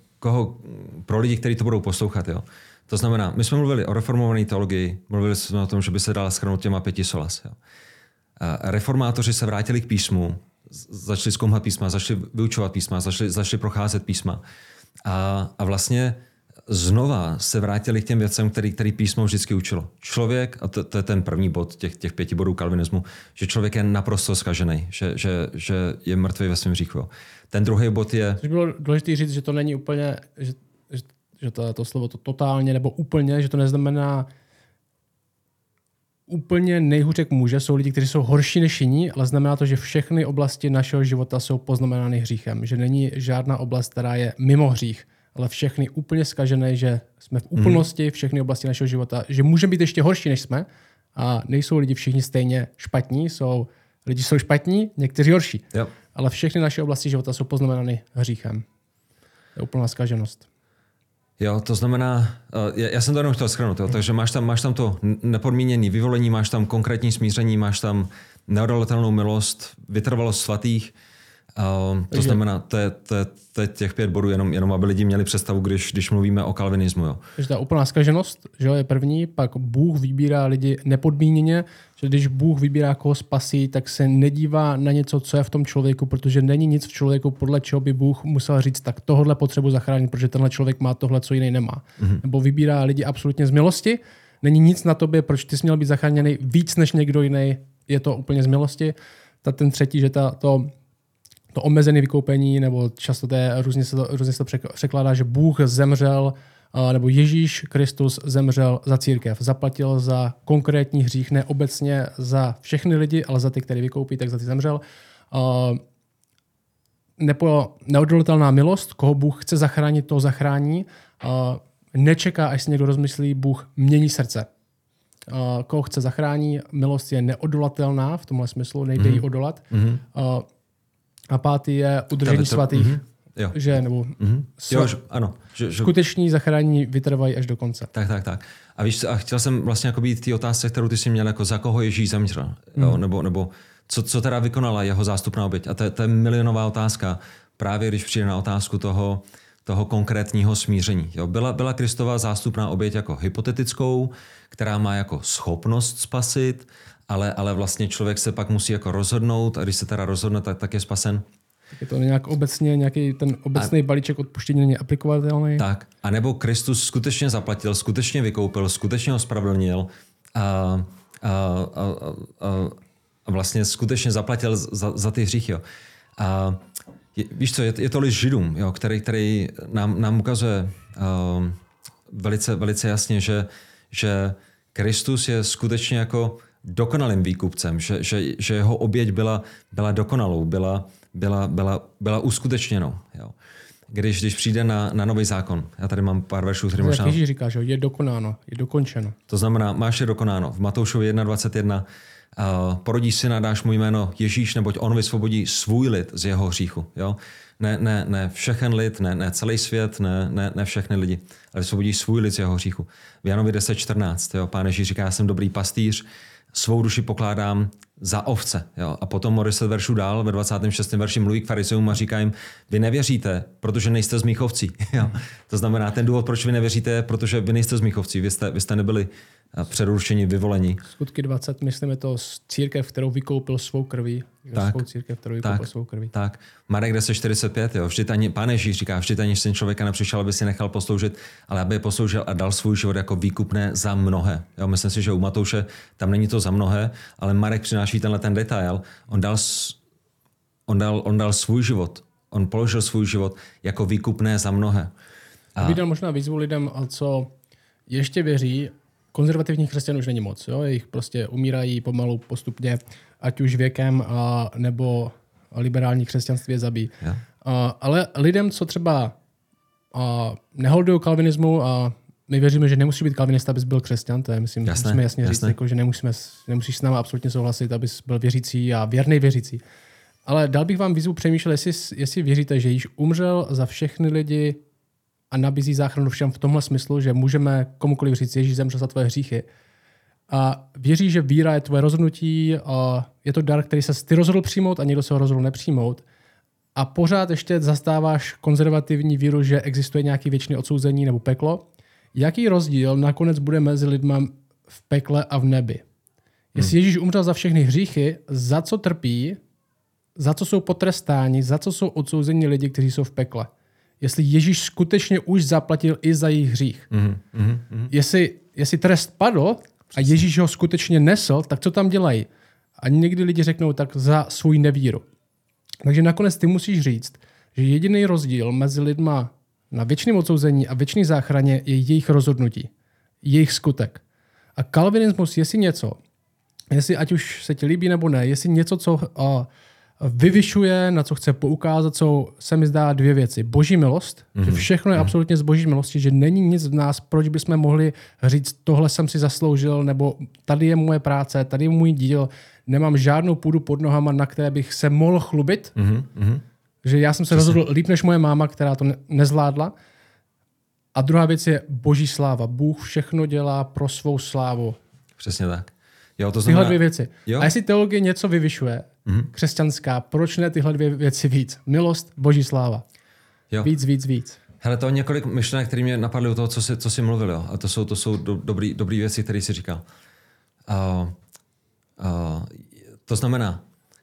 pro lidi, kteří to budou poslouchat, jo. To znamená, my jsme mluvili o reformované teologii, mluvili jsme o tom, že by se dala shrnout těma 5 solas, jo. A reformátoři se vrátili k písmu, začali zkoumat písma, začali vyučovat písma, začali procházet písma. A vlastně znova se vrátili k těm věcem, který písmo vždycky učilo. Člověk, a to je ten první bod těch 5 bodů kalvinismu, že člověk je naprosto zkažený, že je mrtvý ve svém hříchu. Jo. Ten druhý bod je... Což bylo důležité říct, že to není úplně, že to slovo to totálně nebo úplně, že to neznamená úplně nejhůř, jak může. Jsou lidi, kteří jsou horší než jiní, ale znamená to, že všechny oblasti našeho života jsou poznamenány hříchem. Že není žádná oblast, která je mimo hřích, ale všechny úplně zkažené, že jsme v úplnosti všechny oblasti našeho života, že můžeme být ještě horší, než jsme a nejsou lidi všichni stejně špatní, lidi jsou špatní, někteří horší. Yep. Ale všechny naše oblasti života jsou poznamenány hříchem. To je úplná zkaženost. Jo, to znamená, já jsem to jenom chtěl shrnout, takže máš tam to nepodmíněné vyvolení, máš tam konkrétní smíření, máš tam neodolatelnou milost, vytrvalost svatých. To znamená, to je těch 5 bodů, jenom aby lidi měli představu, když mluvíme o kalvinismu. Jo. Takže ta úplná zkaženost, že je první, pak Bůh vybírá lidi nepodmíněně, že když Bůh vybírá, koho spasí, tak se nedívá na něco, co je v tom člověku, protože není nic v člověku, podle čeho by Bůh musel říct, tak tohle potřebu zachránit, protože tenhle člověk má tohle, co jiný nemá. Nebo vybírá lidi absolutně z milosti, není nic na tobě, proč ty jsi měl být zachráněný víc než někdo jiný, je to úplně z milosti. Ten třetí, že to omezené vykoupení, nebo často různě se to překládá, že Bůh zemřel, nebo Ježíš Kristus zemřel za církev. Zaplatil za konkrétní hřích, ne obecně za všechny lidi, ale za ty, který vykoupí, tak za ty zemřel. Neodolatelná milost, koho Bůh chce zachránit, toho zachrání. Nečeká, až si někdo rozmyslí, Bůh mění srdce. Koho chce zachránit, milost je neodolatelná, v tomhle smyslu, nejde jí odolat. A 5. je udržení svatých. Jo. Že, nebo ano. Skuteční zachrání vytrvají až do konce. Tak. A víš co, a chtěl jsem vlastně jako být té otázce, kterou ty jsi měl, jako za koho Ježíš zemřel. Jo? Nebo co teda vykonala jeho zástupná oběť. A to je milionová otázka, právě když přijde na otázku toho konkrétního smíření. Jo? Byla Kristova zástupná oběť jako hypotetickou, která má jako schopnost spasit, ale vlastně člověk se pak musí jako rozhodnout a když se teda rozhodne, tak je spasen. Tak je to nějak obecně, nějaký ten obecný balíček odpuštění není aplikovatelný. Tak. A nebo Kristus skutečně zaplatil, skutečně vykoupil, skutečně ho ospravedlnil a vlastně skutečně zaplatil za ty hříchy. Jo. A víš co, je to list Židům, jo, který nám ukazuje velice, velice jasně, že Kristus je skutečně jako dokonalým výkupcem, že jeho oběť byla dokonalou, byla uskutečněnou. Jo. Když přijde na nový zákon, já tady mám pár veršů, který možná... Ježíš říká, že je dokonáno, je dokončeno. To znamená, máš je dokonáno. V Matoušovi 1.21 porodíš syna, dáš mu jméno Ježíš, neboť on vysvobodí svůj lid z jeho hříchu. Jo? Ne všechen lid, ne celý svět, ne všechny lidi, ale vysvobodí svůj lid z jeho hříchu. V Janovi 10.14, Pán Ježíš říká, já jsem dobrý pastýř, svou duši pokládám za ovce. Jo? A potom o 10 veršů dál, ve 26. verši mluví k farizeům a říká jim, vy nevěříte, protože nejste z mých ovcí. Jo? To znamená, ten důvod, proč vy nevěříte, je, protože vy nejste z mých ovcí. Vy jste nebyli předurčení, vyvolení. Skutky 20, myslím, je to církev, kterou vykoupil svou krví. Svou církev, kterou vykoupil svou krví. Tak. Marek 10.45, jo. Pán Ježíš říká, vždyť ani syn člověka nepřišel, aby si nechal posloužit, ale aby je posloužil a dal svůj život jako výkupné za mnohé. Jo. Myslím si, že u Matouše tam není to za mnohé, ale Marek přináší ten detail. On dal svůj život. On položil svůj život jako výkupné za mnohé. Bych dal možná výzvu lidem, co ještě věří. Konzervativních křesťanů už není moc. Jo? Jich prostě umírají pomalu postupně, ať už věkem, nebo liberální křesťanství je zabíjí. Yeah. Ale lidem, co třeba neholdují kalvinismu a my věříme, že nemusí být kalvinista, abys byl křesťan, to je, myslím, musíme jasně říct, jako, že nemusíš s námi absolutně souhlasit, abys byl věřící a věrný věřící. Ale dal bych vám výzvu přemýšlet, jestli věříte, že již umřel za všechny lidi a nabízí záchranu všem v tomhle smyslu, že můžeme komukoliv říct, Ježíš zemřel za tvoje hříchy. A věří, že víra je tvoje rozhodnutí, a je to dar, který se ty rozhodl přijmout a někdo se ho rozhodl nepřijmout. A pořád ještě zastáváš konzervativní víru, že existuje nějaký věčné odsouzení nebo peklo. Jaký rozdíl nakonec bude mezi lidmi v pekle a v nebi? Jestli Ježíš umřel za všechny hříchy, za co trpí, za co jsou potrestáni, za co jsou odsouzeni lidi, kteří jsou v pekle? Jestli Ježíš skutečně už zaplatil i za jejich hřích. Jestli trest padl a Ježíš ho skutečně nesl, tak co tam dělají? A někdy lidi řeknou tak za svůj nevíru. Takže nakonec ty musíš říct, že jediný rozdíl mezi lidma na věčném odsouzení a věčné záchraně je jejich rozhodnutí, jejich skutek. A kalvinismus, jestli ať už se ti líbí nebo ne, jestli něco, co vyvyšuje, na co chce poukázat, se mi zdá dvě věci. Boží milost, že všechno je absolutně z boží milosti, že není nic v nás, proč bychom mohli říct, tohle jsem si zasloužil, nebo tady je moje práce, tady je můj díl, nemám žádnou půdu pod nohama, na které bych se mohl chlubit. Že já jsem se rozhodl líp než moje máma, která to nezvládla. A druhá věc je boží sláva. Bůh všechno dělá pro svou slávu. Přesně tak. Jo, to znamená... Tyhle dvě věci. Jo? A jestli teologie něco vyvyšuje, křesťanská, proč ne tyhle dvě věci víc? Milost, boží sláva. Jo. Víc. Hele, to je několik myšlenek, které mě napadly u toho, co jsi mluvil. Jo? A to jsou dobrý věci, které jsi říkal. To znamená,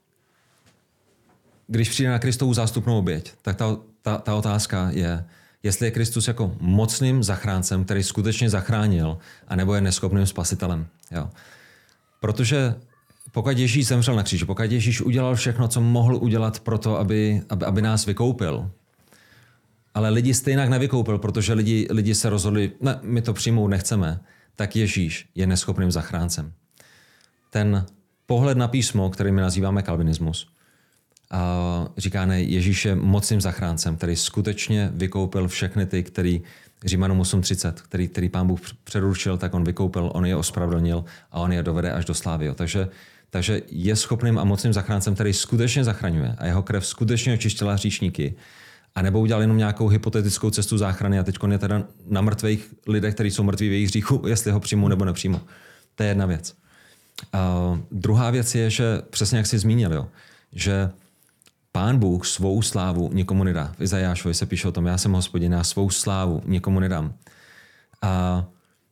když přijde na Kristovu zástupnou oběť, tak ta otázka je, jestli je Kristus jako mocným zachráncem, který skutečně zachránil, anebo je neschopným spasitelem. Jo? Protože pokud Ježíš zemřel na kříži, pokud Ježíš udělal všechno, co mohl udělat pro to, aby nás vykoupil, ale lidi stejně nevykoupil, protože lidi se rozhodli, ne, my to přijmout nechceme, tak Ježíš je neschopným zachráncem. Ten pohled na písmo, který my nazýváme kalvinismus, říká, ne, Ježíš je mocným zachráncem, který skutečně vykoupil všechny ty, který Římanům 8.30, který Pán Bůh předurčil, tak on vykoupil, on je ospravedlnil a on je dovede až do slávy. Takže je schopným a mocným zachráncem, který skutečně zachraňuje a jeho krev skutečně očistila hříšníky. A nebo udělal jenom nějakou hypotetickou cestu záchrany a teď je teda na mrtvých lidech, kteří jsou mrtví v jejich hříchu, jestli ho přijmou nebo nepřijmou. To je jedna věc. Druhá věc je, že přesně jak jsi zmínil, jo, že Pán Bůh svou slávu nikomu nedá. V Izajášovi se píše o tom, já jsem Hospodin, já svou slávu nikomu nedám. A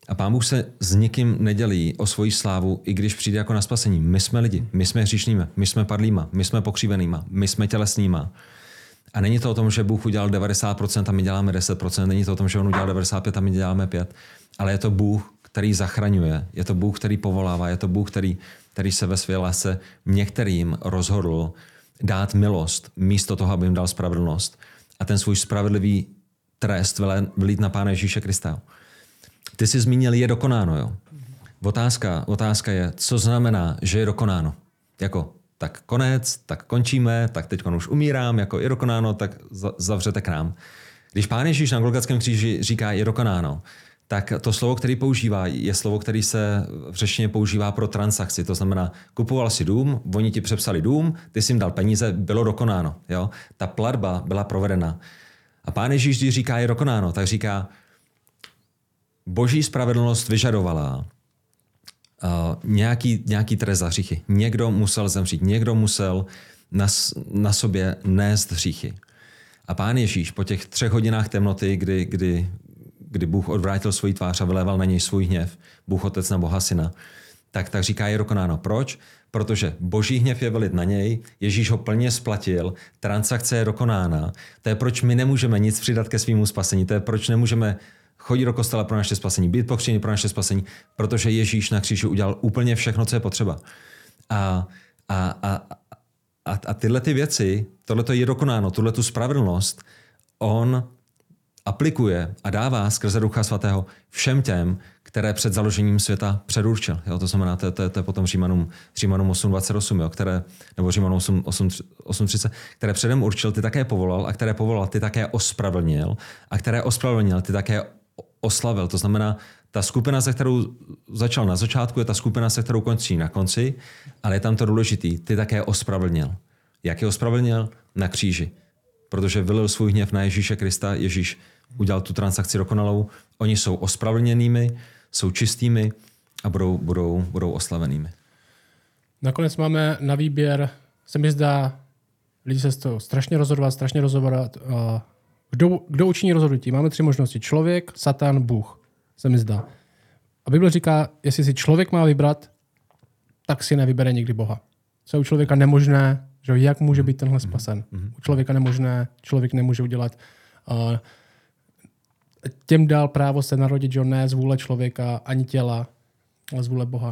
A Pán Bůh se s nikým nedělí o svoji slávu, i když přijde jako na spasení. My jsme lidi, my jsme hříšnými, my jsme padlýma, my jsme pokřivenýma, my jsme tělesnýma. A není to o tom, že Bůh udělal 90% a my děláme 10%, není to o tom, že on udělal 95% a my děláme 5%, ale je to Bůh, který zachraňuje, je to Bůh, který povolává, je to Bůh, který se ve své lásce některým rozhodl dát milost místo toho, aby jim dal spravedlnost a ten svůj spravedlivý trest vylít na Pána Ježíše Krista. Ty jsi zmínil, je dokonáno. Jo? Otázka je, co znamená, že je dokonáno. Jako, tak konec, tak končíme, tak teď už umírám, jako je dokonáno, tak zavřete krám. Když Pán Ježíš na Golgatském kříži říká je dokonáno, tak to slovo, který používá, je slovo, který se v řečtině používá pro transakci. To znamená, kupoval si dům, oni ti přepsali dům, ty jsi jim dal peníze, bylo dokonáno. Jo? Ta platba byla provedena. A Pán Ježíš, když říká je dokonáno, tak říká, Boží spravedlnost vyžadovala nějaký trest za hříchy. Někdo musel zemřít, někdo musel na sobě nést hříchy. A Pán Ježíš po těch 3 hodinách temnoty, kdy Bůh odvrátil svůj tvář a vyléval na něj svůj hněv, Bůh Otec na Boha Syna, tak říká je dokonáno. Proč? Protože Boží hněv je vylit na něj, Ježíš ho plně splatil, transakce je dokonána. To je proč my nemůžeme nic přidat ke svému spasení, to je proč nemůžeme chodit do kostela pro naše spasení, být pokřtěni pro naše spasení, protože Ježíš na kříži udělal úplně všechno, co je potřeba. A tyhle ty věci, tohleto je dokonáno, tuhletu spravedlnost, on aplikuje a dává skrze Ducha Svatého všem těm, které před založením světa předurčil. Jo, to znamená, to je potom Římanům 8.28, jo, nebo Římanům 8.30, které předem určil, ty také povolal, a které povolal, ty také ospravedlnil, a které ospravedlnil, ty také oslavil. To znamená, ta skupina, se kterou začal na začátku, je ta skupina, se kterou končí na konci, ale je tam to důležitý, ty také ospravedlnil. Jak je ospravedlnil? Na kříži. Protože vylil svůj hněv na Ježíše Krista, Ježíš udělal tu transakci dokonalou, oni jsou ospravedlněnými, jsou čistými a budou oslavenými. Nakonec máme na výběr, se mi zdá, lidi se z toho strašně rozhodovat. Kdo učiní rozhodnutí? Máme 3 možnosti. Člověk, Satan, Bůh, se mi zdá. A Bible říká, jestli si člověk má vybrat, tak si nevybere nikdy Boha. Co je u člověka nemožné, že jak může být tenhle spasen? U člověka nemožné, člověk nemůže udělat. Těm dal právo se narodit, že ne z vůle člověka ani těla, ale z vůle Boha.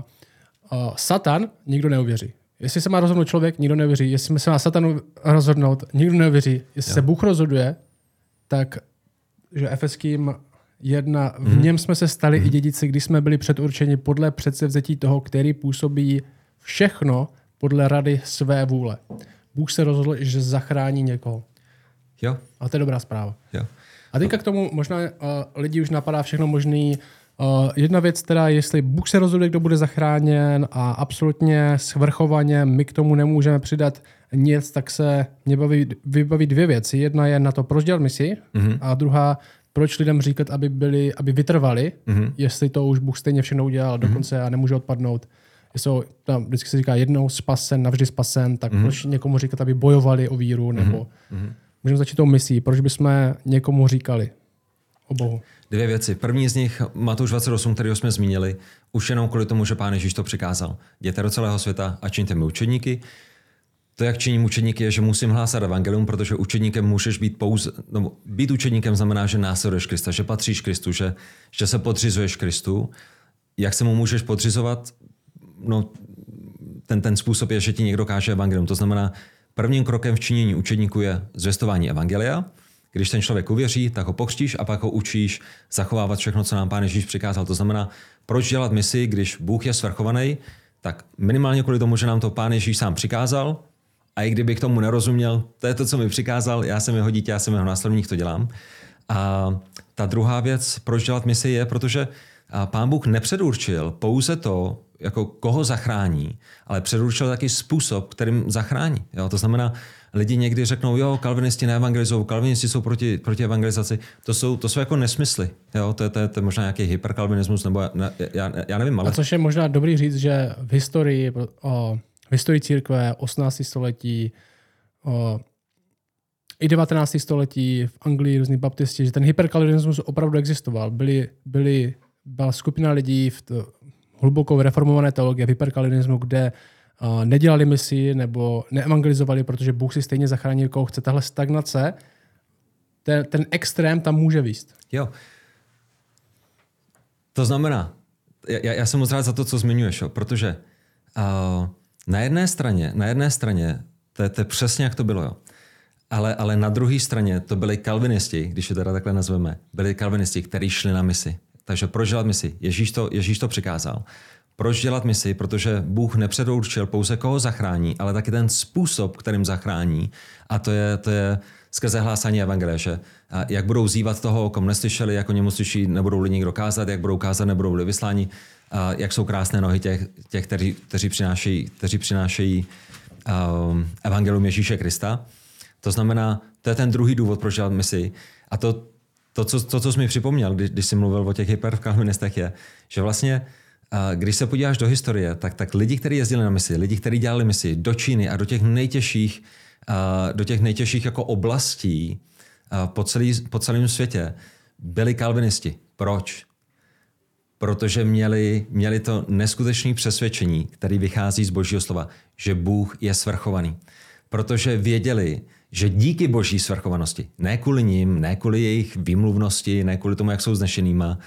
Satan nikdo neuvěří. Jestli se má rozhodnout člověk, nikdo neuvěří. Jestli se má Satanu rozhodnout, nikdo neuvěří. Jestli se Bůh rozhoduje, tak, že Efeským 1, v něm jsme se stali i dědici, když jsme byli předurčeni podle předsevzetí toho, který působí všechno podle rady své vůle. Bůh se rozhodl, že zachrání někoho. Jo. A to je dobrá zpráva. Jo. A teďka k tomu možná lidi už napadá všechno možný. Jedna věc teda, jestli Bůh se rozhoduje, kdo bude zachráněn a absolutně svrchovaně my k tomu nemůžeme přidat nic, tak se mě vybaví 2 věci. Jedna je na to, proč dělat misi, a druhá, proč lidem říkat, aby vytrvali, jestli to už Bůh stejně všechno udělal dokonce a nemůže odpadnout. Tam vždycky se říká jednou spasen, navždy spasen, tak proč někomu říkat, aby bojovali o víru, nebo můžeme začít tou misí. Proč bychom někomu říkali o Bohu? 2 věci. První z nich, Matouš 28, kterého jsme zmínili, už jenom kvůli tomu, že Pán Ježíš to přikázal. Jděte do celého světa a čiňte mi učedníky. To, jak činím učedníky, je, že musím hlásat evangelium, protože učedníkem můžeš být být učedníkem znamená, že následuješ Krista, že patříš Kristu, že se podřizuješ Kristu. Jak se mu můžeš podřizovat? No, ten způsob je, že ti někdo káže evangelium. To znamená, prvním krokem v činění učedníku je zvěstování evangelia. Když ten člověk uvěří, tak ho pokřtíš a pak ho učíš zachovávat všechno, co nám Pán Ježíš přikázal. To znamená, proč dělat misi, když Bůh je svrchovaný, tak minimálně kvůli tomu, že nám to Pán Ježíš sám přikázal, a i kdybych tomu nerozuměl, to je to, co mi přikázal, já jsem jeho dítě, já jsem jeho následovník, to dělám. A ta druhá věc, proč dělat misi, je, protože Pán Bůh nepředurčil pouze to, jako koho zachrání, ale předurčil taky způsob, kterým zachrání. Jo? To znamená, lidi někdy řeknou, jo, kalvinisti neevangelizují, kalvinisti jsou proti evangelizaci. To jsou jako nesmysly. Jo? To je možná nějaký hyperkalvinismus, nebo já nevím. Ale... A což je možná dobrý říct, že v historii církve 18. století, i 19. století v Anglii různí baptisti, že ten hyperkalvinismus opravdu existoval. Byli byla skupina lidí v hlubokou reformované teologie, v hyperkalvinismu, kde nedělali misi nebo neevangelizovali, protože Bůh si stejně zachrání, koho chce. Tahle stagnace, ten extrém tam může vést. Jo. To znamená, já jsem moc rád za to, co zmiňuješ, jo, protože na jedné straně to je přesně, jak to bylo, jo. Ale na druhé straně to byli kalvinisti, když je teda takhle nazveme, byli kalvinisti, kteří šli na misi. Takže proč dělat misi? Ježíš to přikázal. Proč dělat misi? Protože Bůh nepředurčil pouze koho zachrání, ale taky ten způsob, kterým zachrání. A to je skrze hlásání evangelia, že jak budou vzývat toho, komu neslyšeli, jak o němu slyší, nebudou-li nikdo kázat, jak budou kázat, nebudou-li vysláni, jak jsou krásné nohy těch kteří přinášejí evangelium Ježíše Krista. To znamená, to je ten druhý důvod, proč dělat misi. A to, co jsi mi připomněl, když jsi mluvil o těch hyperkalvinistech, je, že vlastně, když se podíváš do historie, tak lidi, kteří jezdili na misi, lidi, kteří dělali misi do Číny a do těch nejtěžších jako oblastí po celém světě, byli kalvinisti. Proč? Protože měli to neskutečné přesvědčení, které vychází z Božího slova, že Bůh je svrchovaný. Protože věděli, že díky Boží svrchovanosti, ne kvůli nim, ne kvůli jejich výmluvnosti, ne kvůli tomu, jak jsou znešenýma,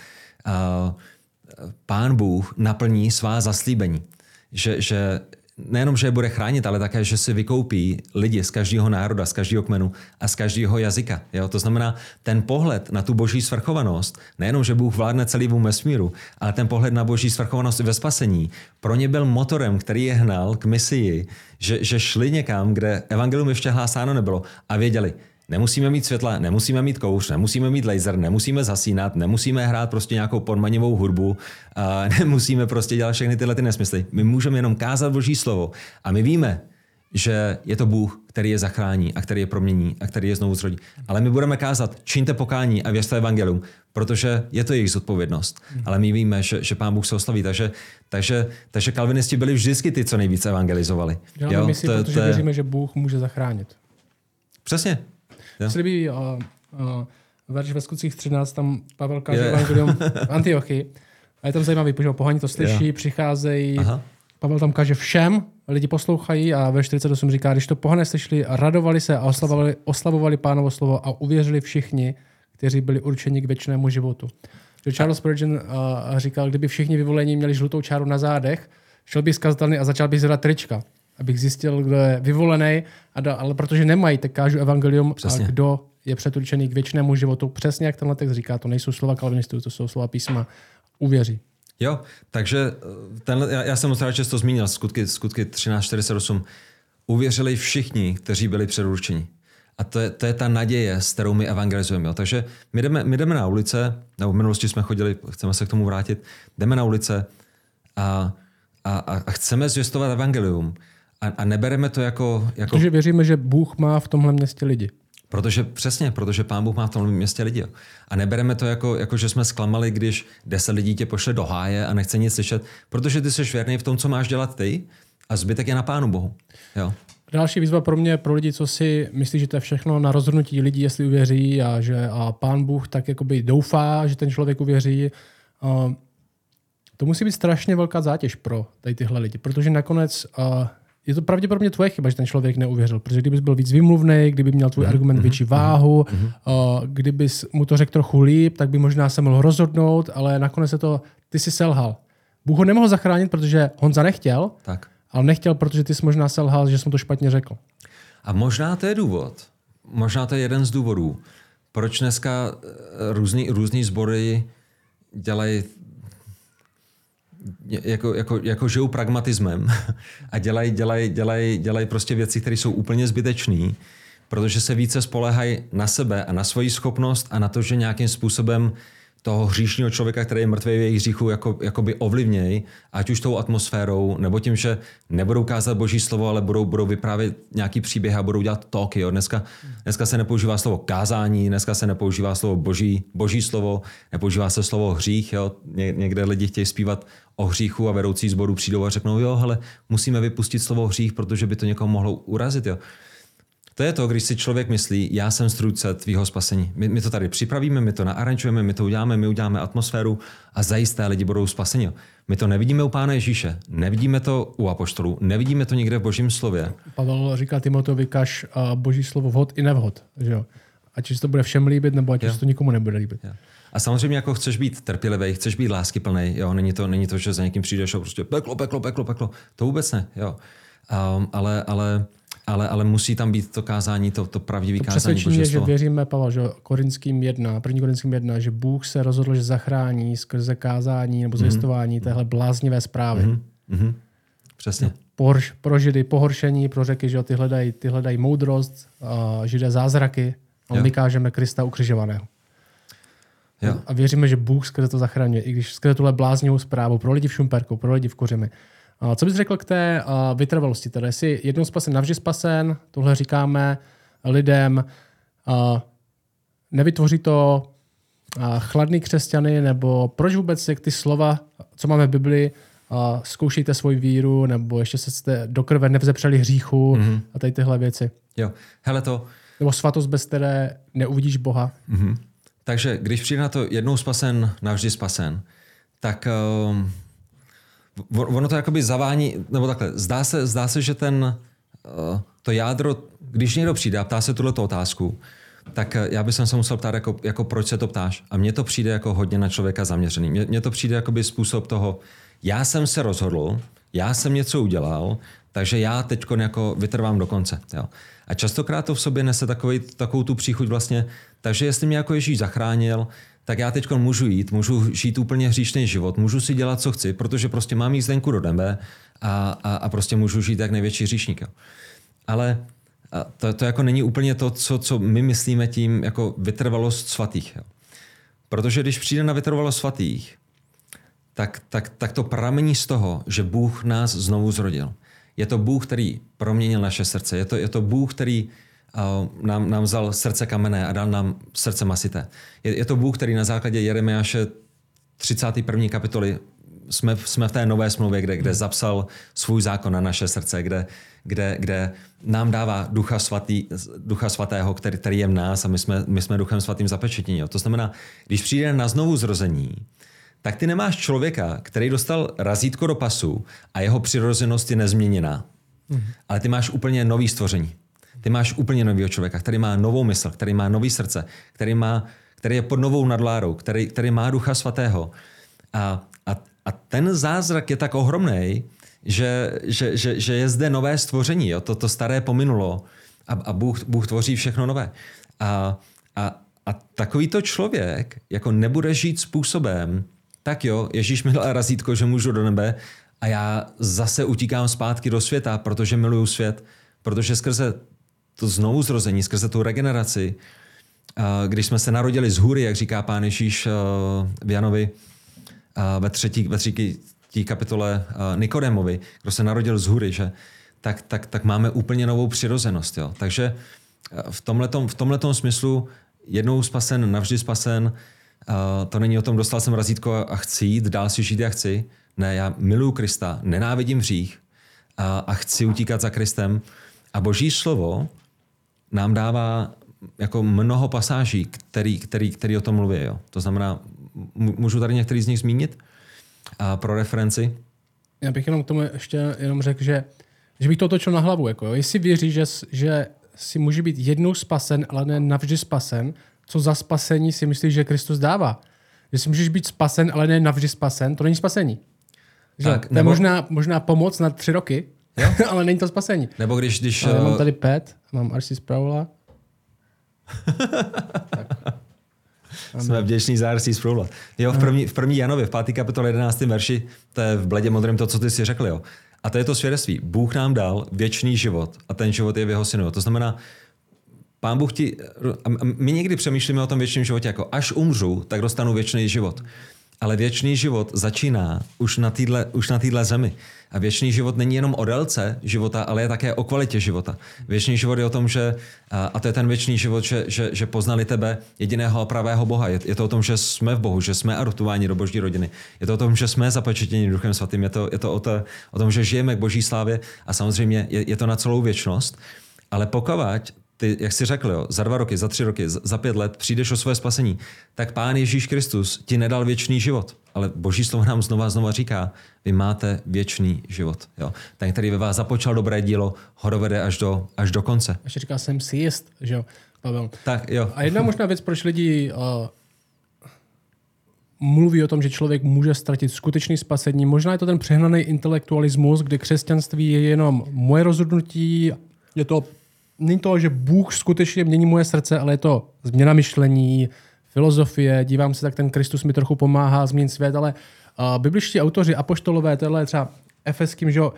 Pán Bůh naplní svá zaslíbení. Že nejenom, že je bude chránit, ale také, že si vykoupí lidi z každého národa, z každého kmenu a z každého jazyka. Jo? To znamená, ten pohled na tu Boží svrchovanost, nejenom, že Bůh vládne celým vesmíru, ale ten pohled na Boží svrchovanost ve spasení, pro ně byl motorem, který je hnal k misii, že šli někam, kde evangelium ještě hlásáno nebylo a věděli, nemusíme mít světla, nemusíme mít kouř, nemusíme mít laser, nemusíme zasínat, nemusíme hrát prostě nějakou podmanivou hudbu, nemusíme prostě dělat všechny tyhle ty nesmysly. My můžeme jenom kázat Boží slovo a my víme, že je to Bůh, který je zachrání a který je promění a který je znovu zrodí. Ale my budeme kázat, čiňte pokání a věřte evangelium, protože je to jejich zodpovědnost. Ale my víme, že Pán Bůh se oslaví. Takže kalvinisti byli vždycky ty, co nejvíc evangelizovali. Děláme misi, protože věříme, že Bůh může zachránit. Přesně. Se líbí verš ve Skutcích 13, tam Pavel káže evangelium v Antiochii. A je tam zajímavý, protože pohaní to slyší, přicházejí. Aha. Pavel tam káže všem, lidi poslouchají a ve 48 říká, když to pohané slyšeli, radovali se a oslavovali Pánovo slovo a uvěřili všichni, kteří byli určeni k věčnému životu. Že Charles Spurgeon říkal, kdyby všichni vyvolení měli žlutou čáru na zádech, šel bych zkazatelný a začal bych zvedat trička, abych zjistil, kdo je vyvolený, ale protože nemají, tak kážu evangelium a kdo je předurčený k věčnému životu. Přesně jak tenhle text říká, to nejsou slova kalvinistů, to jsou slova písma, uvěří. Jo, takže já jsem moc rád, že jsi to zmínil, skutky 13:48. Uvěřili všichni, kteří byli předurčeni. A to je ta naděje, s kterou my evangelizujeme. Jo. Takže my jdeme na ulice, nebo v minulosti jsme chodili, chceme se k tomu vrátit, jdeme na ulice a chceme zvěstovat evangelium. A nebereme to jako... Protože věříme, že Bůh má v tomhle městě lidi. Protože Pán Bůh má v tomhle městě lidi. Jo. A nebereme to jako, že jsme zklamali, když 10 lidí tě pošle do háje a nechce nic slyšet, protože ty jsi věrný v tom, co máš dělat ty a zbytek je na Pánu Bohu. Jo. Další výzva pro mě, pro lidi, co si myslí, že to je všechno na rozhodnutí lidí, jestli uvěří a Pán Bůh tak jakoby doufá, že ten člověk uvěří. To musí být strašně velká zátěž pro tady tyhle lidi, protože nakonec je to pravděpodobně tvoje chyba, že ten člověk neuvěřil, protože kdybys byl víc výmluvný, kdyby měl tvůj argument větší váhu, kdybys mu to řekl trochu líp, tak by možná se mohl rozhodnout, ale nakonec ty jsi selhal. Bůh ho nemohl zachránit, protože Honza nechtěl, ale nechtěl, protože ty jsi možná selhal, že jsi mu to špatně řekl. A možná to je důvod. Možná to je jeden z důvodů, proč dneska různý sbory dělají jako žijou pragmatismem a dělají prostě věci, které jsou úplně zbytečné, protože se více spoléhají na sebe a na svoji schopnost a na to, že nějakým způsobem toho hříšního člověka, který je mrtvý v jejich hříchu, jakoby ovlivněj, ať už tou atmosférou, nebo tím, že nebudou kázat Boží slovo, ale budou vyprávět nějaký příběh a budou dělat talky. Jo. Dneska se nepoužívá slovo kázání, dneska se nepoužívá slovo boží slovo, nepoužívá se slovo hřích. Jo. Někde lidi chtějí zpívat o hříchu a vedoucí sboru přijdou a řeknou, jo, hele, musíme vypustit slovo hřích, protože by to někoho mohlo urazit. Jo. To je to, když si člověk myslí, já jsem strůjce tvýho spasení. My to tady připravíme, my to naaranžujeme, my to uděláme, my uděláme atmosféru a zajisté lidi budou spaseni. My to nevidíme u Pána Ježíše, nevidíme to u apoštolů, nevidíme to nikde v Božím slově. Pavel říká Timoteovi, kaž Boží slovo vhod i nevhod. Že jo? Ať se to bude všem líbit, nebo ať se to nikomu nebude líbit. Jo. A samozřejmě jako chceš být trpělivý, chceš být láskyplný, jo, není to, že za někým přijdeš a prostě peklo. To vůbec ne, jo. Ale musí tam být to kázání, to pravdivý kázání. Přesvědčení je, že věříme, Pavel, že 1. Korinským 1, že Bůh se rozhodl, že zachrání skrze kázání nebo zvěstování téhle bláznivé zprávy. Přesně. Pro Židy pohoršení, pro Řeky, že ty hledají moudrost, Židé zázraky, a my kážeme Krista ukřižovaného. Jo. A věříme, že Bůh skrze to zachraňuje, i když skrze tuhle bláznivou zprávu pro lidi v Šumperku, pro lidi v Kořimi. Co bys řekl k té vytrvalosti? Teda jsi jednou spasen, navždy spasen, tohle říkáme lidem, nevytvoří to chladný křesťany, nebo proč vůbec jak ty slova, co máme v Biblii, zkoušejte svoji víru, nebo ještě se do krve nevzepřeli hříchu a tady tyhle věci. Jo, hele to... Nebo svatost, bez které neuvidíš Boha. Takže když přijde na to jednou spasen, navždy spasen, tak ono to jakoby zavání, nebo takhle, zdá se, že to jádro, když někdo přijde a ptá se tuto otázku, tak já bych se musel ptát, jako proč se to ptáš. A mně to přijde jako hodně na člověka zaměřený. Mně to přijde jakoby způsob toho, já jsem se rozhodl, já jsem něco udělal, takže já teď jako vytrvám do konce. Jo. A častokrát to v sobě nese takovou tu příchuť vlastně, takže jestli mě jako Ježíš zachránil, tak já teď můžu žít úplně hříšný život, můžu si dělat, co chci, protože prostě mám jízdenku do nebe a prostě můžu žít jak největší hříšník. Jo. Ale to jako není úplně to, co my myslíme tím jako vytrvalost svatých. Jo. Protože když přijde na vytrvalost svatých, tak to pramení z toho, že Bůh nás znovu zrodil. Je to Bůh, který proměnil naše srdce. Je to Bůh, který nám vzal srdce kamenné a dal nám srdce masité. Je to Bůh, který na základě Jeremiáše 31. kapitoly jsme v té nové smlouvě, kde zapsal svůj zákon na naše srdce, kde nám dává ducha svatého, který je v nás a my jsme duchem svatým zapečetěni. To znamená, když přijde na znovu zrození, tak ty nemáš člověka, který dostal razítko do pasu a jeho přirozenost je nezměněná. Ale ty máš úplně nový stvoření. Ty máš úplně novýho člověka, který má novou mysl, který má nový srdce, který je pod novou nadlárou, který má ducha svatého. A ten zázrak je tak ohromný, že je zde nové stvoření. Jo? To staré pominulo a Bůh tvoří všechno nové. A takovýto člověk jako nebude žít způsobem, tak jo, Ježíš mi dal razítko, že můžu do nebe a já zase utíkám zpátky do světa, protože miluju svět, protože skrze to znovuzrození, skrze tu regeneraci, když jsme se narodili z hůry, jak říká Pán Ježíš v Janovi ve třetí kapitole Nikodémovi, kdo se narodil z hůry, že, tak máme úplně novou přirozenost. Jo. Takže v tomhletom smyslu jednou spasen, navždy spasen, to není o tom, dostal jsem razítko a chci jít, dál si žít, jak chci. Ne, já miluju Krista, nenávidím hřích a chci utíkat za Kristem. A Boží slovo nám dává jako mnoho pasáží, který o tom mluví. Jo. To znamená, můžu tady některý z nich zmínit pro referenci? Já bych jenom k tomu ještě jenom řekl, že bych to otočil na hlavu. Jako, jo. Jestli věříš, že si může být jednou spasen, ale ne navždy spasen, co za spasení si myslíš, že Kristus dává? Že si můžeš být spasen, ale ne navždy spasen, to není spasení. Tak, to je možná pomoc na 3 roky, jo? Ale není to spasení. Nebo když... Ale mám tady Pet, mám Arsi Sproula. Jsme vděční za Arsi Sproula. Jo, v první Janově, v 5. kapitole 11. verši, to je v bledě modrém to, co ty si řekl, jo. A to je to svědectví. Bůh nám dal věčný život a ten život je v jeho synu. To znamená, Pán Bůh my někdy přemýšlíme o tom věčném životě jako až umřu, tak dostanu věčný život. Ale věčný život začíná už na téhle zemi. A věčný život není jenom o délce života, ale je také o kvalitě života. Věčný život je o tom, že, a to je ten věčný život, že poznali tebe, jediného a pravého Boha. Je to o tom, že jsme v Bohu, že jsme adoptováni do Boží rodiny. Je to o tom, že jsme zapečetěni Duchem Svatým. Je to o tom, že žijeme k Boží slávě a samozřejmě je to na celou věčnost. Ale pokud ty, jak jsi řekl, jo, za 2 roky, za 3 roky, za 5 let přijdeš o svoje spasení, tak Pán Ježíš Kristus ti nedal věčný život. Ale Boží slovo nám znova říká, vy máte věčný život. Jo. Ten, který ve vás započal dobré dílo, ho dovede až do konce. Ještě říká, jsem si jist, že jo, Pavel. Tak, jo. A jedna možná věc, proč lidi mluví o tom, že člověk může ztratit skutečný spasení. Možná je to ten přehnaný intelektualismus, kde křesťanství je jenom moje rozhodnutí. Není to, že Bůh skutečně mění moje srdce, ale je to změna myšlení, filozofie. Dívám se, tak ten Kristus mi trochu pomáhá změnit svět, ale bibličtí autoři, apoštolové, tohle třeba Efeským, že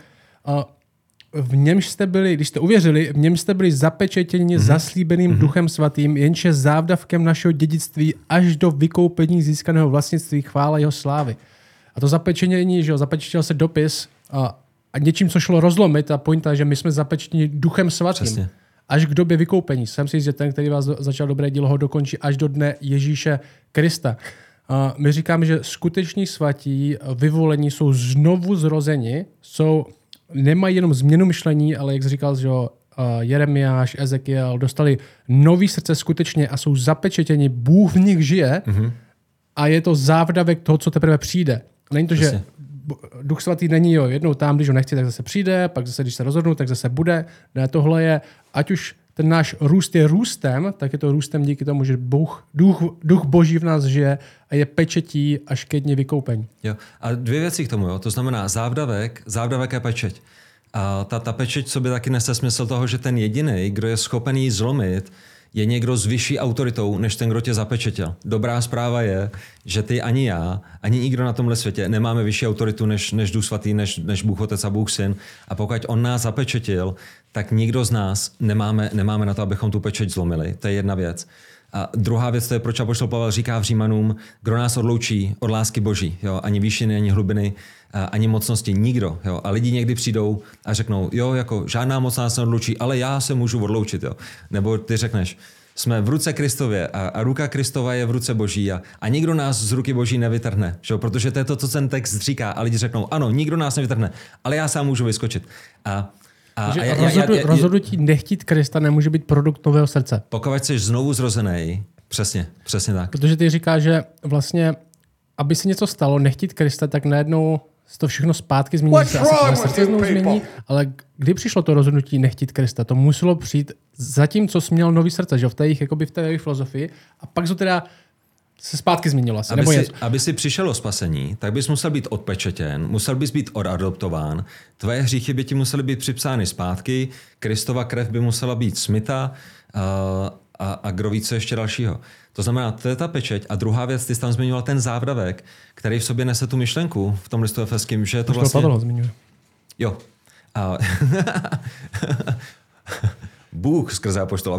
v němž jste byli, když jste uvěřili, v němž jste byli zapečetěni zaslíbeným Duchem Svatým, jenž je závdavkem našeho dědictví až do vykoupení získaného vlastnictví, chvála jeho slávy. A to zapečetění, že zapečetěl se dopis a něčím, co šlo rozlomit, a pointa, že my jsme zapečetěni Duchem Svatým. Přesně. Až k době vykoupení. Jsem si jist, že ten, který vás začal dobré dílo, ho dokončí až do dne Ježíše Krista. My říkáme, že skuteční svatí vyvolení jsou znovu zrozeni, nemají jenom změnu myšlení, ale jak jsi říkal, že Jeremiáš, Ezekiel dostali nový srdce skutečně a jsou zapečetěni, Bůh v nich žije a je to závdavek toho, co teprve přijde. Není to, že Duch Svatý není jednou tam, když ho nechci, tak zase přijde, pak zase, když se rozhodnu, tak zase bude. Ne, tohle je, ať už ten náš růst je růstem, tak je to růstem díky tomu, že Duch Boží v nás žije a je pečetí až ke dni vykoupení. Jo. A 2 věci k tomu. Jo. To znamená závdavek je pečeť. A ta pečeť sobě taky nese smysl toho, že ten jediný, kdo je schopen jí zlomit, je někdo s vyšší autoritou, než ten, kdo tě zapečetil. Dobrá zpráva je, že ty ani já, ani nikdo na tomhle světě nemáme vyšší autoritu než Duch Svatý, než Bůh Otec a Bůh Syn. A pokud on nás zapečetil, tak nikdo z nás nemáme na to, abychom tu pečeť zlomili. To je jedna věc. A druhá věc, to je, proč apoštol Pavel říká v Římanům, kdo nás odloučí od lásky Boží. Jo? Ani výšiny, ani hlubiny, ani mocnosti. Nikdo. Jo? A lidi někdy přijdou a řeknou, jo, jako žádná moc nás neodloučí, ale já se můžu odloučit. Jo? Nebo ty řekneš, jsme v ruce Kristově a ruka Kristova je v ruce Boží a nikdo nás z ruky Boží nevytrhne. Že? Protože to je to, co ten text říká. A lidi řeknou, ano, nikdo nás nevytrhne, ale já sám můžu vyskočit. Rozhodnutí nechtít Krista nemůže být produkt nového srdce. Pokud jsi znovu zrozený, přesně tak. Protože ty říkáš, že vlastně, aby se něco stalo, nechtít Krista, tak najednou to všechno zpátky změní. Srdce znovu změní, ale kdy přišlo to rozhodnutí nechtít Krista? To muselo přijít zatím, co jsi měl nový srdce, že v té jejich filozofii, a pak to teda se zpátky změnilo asi. Aby si přišel o spasení, tak bys musel být odpečetěn, musel bys být odadoptován, tvoje hříchy by ti musely být připsány zpátky, Kristova krev by musela být smyta a kdo ví, co ještě dalšího. To znamená, to je ta pečeť. A druhá věc, ty jsi tam zmiňoval ten závdavek, který v sobě nese tu myšlenku v tom listu Efeským, že je to vlastně... Pavel zmiňuje. Jo. Bůh skrze apoštola.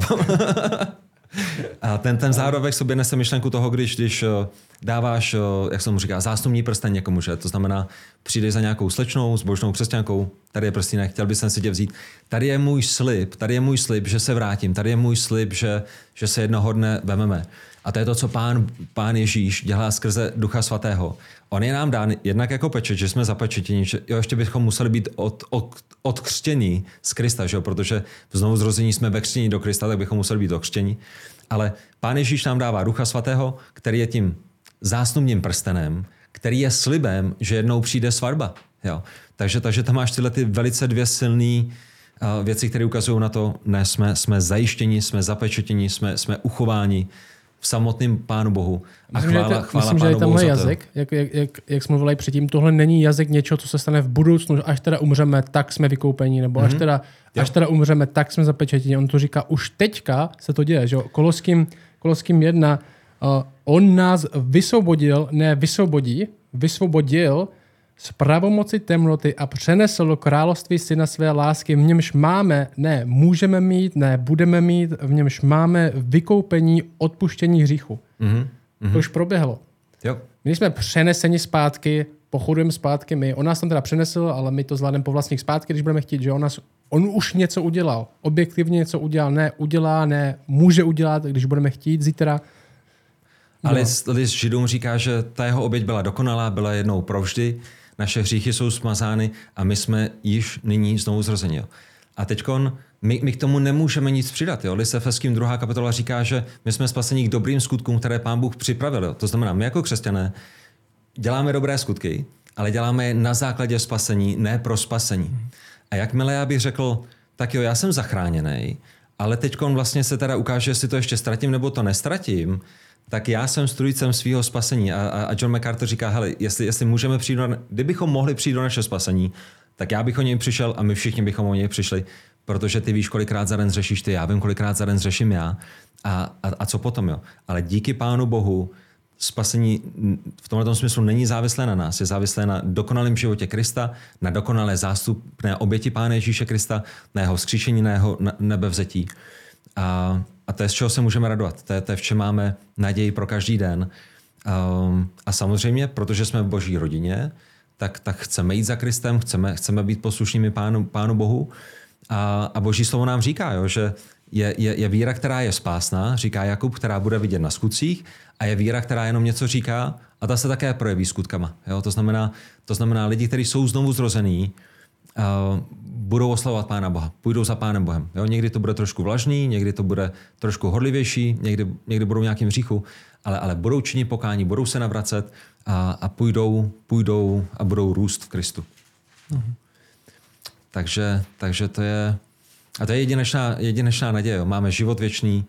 A ten závdavek sobě nese myšlenku toho, když dáváš, jak se mu říká, zástupní prsten někomu, že? To znamená, přijdeš za nějakou slečnou, zbožnou křesťankou, tady je prstínek, chtěl bych si tě vzít. Tady je můj slib, že se vrátím. Tady je můj slib, že se jednoho dne vememe. A to je to, co pán Ježíš dělá skrze Ducha Svatého. On je nám dán jednak jako pečeť, že jsme zapečetěni, že ještě bychom museli být odkřtění z Krista, že? Protože v znovuzrození jsme ve křtění do Krista, tak bychom museli být odkřtěni. Ale Pán Ježíš nám dává Ducha Svatého, který je tím zásnubním prstenem, který je slibem, že jednou přijde svatba. Jo. Takže tam máš tyhle ty velice 2 silné věci, které ukazují na to, ne, jsme zajištěni, jsme zapečetěni, jsme uchováni v samotném Pánu Bohu. A chvála myslím, že je tenhle jazyk, jak jsme mluvili předtím, tohle není jazyk něčeho, co se stane v budoucnu, až teda umřeme, tak jsme vykoupení, nebo až teda umřeme, tak jsme zapečetěni. On to říká, už teďka se to děje. Že? Koloským 1, on nás vysvobodil z pravomoci temnoty a přenesl do království syna své lásky, v němž máme, můžeme mít, budeme mít, v němž máme vykoupení, odpuštění hříchu. To už proběhlo. Jo. My jsme přeneseni zpátky, pochodujeme zpátky my. On nás tam teda přenesl, ale my to zvládneme po vlastních zpátky, když budeme chtít, že on už něco udělal. Objektivně něco udělal, může udělat, když budeme chtít zítra. Ale list Židům říká, že ta jeho oběť byla dokonalá, byla jednou provždy, naše hříchy jsou smazány a my jsme již nyní znovu zrozeni. A teďkon My k tomu nemůžeme nic přidat. Jo? List Efeským 2. kapitola říká, že my jsme spaseni k dobrým skutkům, které Pán Bůh připravil. Jo? To znamená, my jako křesťané děláme dobré skutky, ale děláme je na základě spasení, ne pro spasení. A jakmile já bych řekl, tak jo, já jsem zachráněný, ale teď vlastně se teda ukáže, jestli to ještě ztratím nebo to nestratím, tak já jsem strůjcem svého spasení. A John MacArthur říká, hele, jestli můžeme přijít, kdybychom mohli přijít do naše spasení, tak já bych o něj přišel a my všichni bychom o něj přišli, protože ty víš, kolikrát za den řešíš ty, já vím, kolikrát za den řeším já. A co potom, jo? Ale díky Pánu Bohu spasení v tomto smyslu není závislé na nás, je závislé na dokonalém životě Krista, na dokonalé zástupné oběti Pána Ježíše Krista, na jeho vzkříšení, na jeho nebevzetí. A to je, z čeho se můžeme radovat. To je, v čem máme naději pro každý den. A samozřejmě, protože jsme v Boží rodině, tak chceme jít za Kristem, chceme být poslušnými Pánu Bohu. A Boží slovo nám říká, jo, že je víra, která je spásná, říká Jakub, která bude vidět na skutcích, a je víra, která jenom něco říká, a ta se také projeví skutkama. Jo? To znamená, lidi, kteří jsou znovu zrození, budou oslavovat Pána Boha, půjdou za Pánem Bohem. Jo? Někdy to bude trošku vlažný, někdy to bude trošku horlivější, někdy budou v nějakým hříchu, ale budou činit pokání, budou se navracet a půjdou a budou růst v Kristu. Mhm. Takže to je... A to je jedinečná naděje. Jo. Máme život věčný.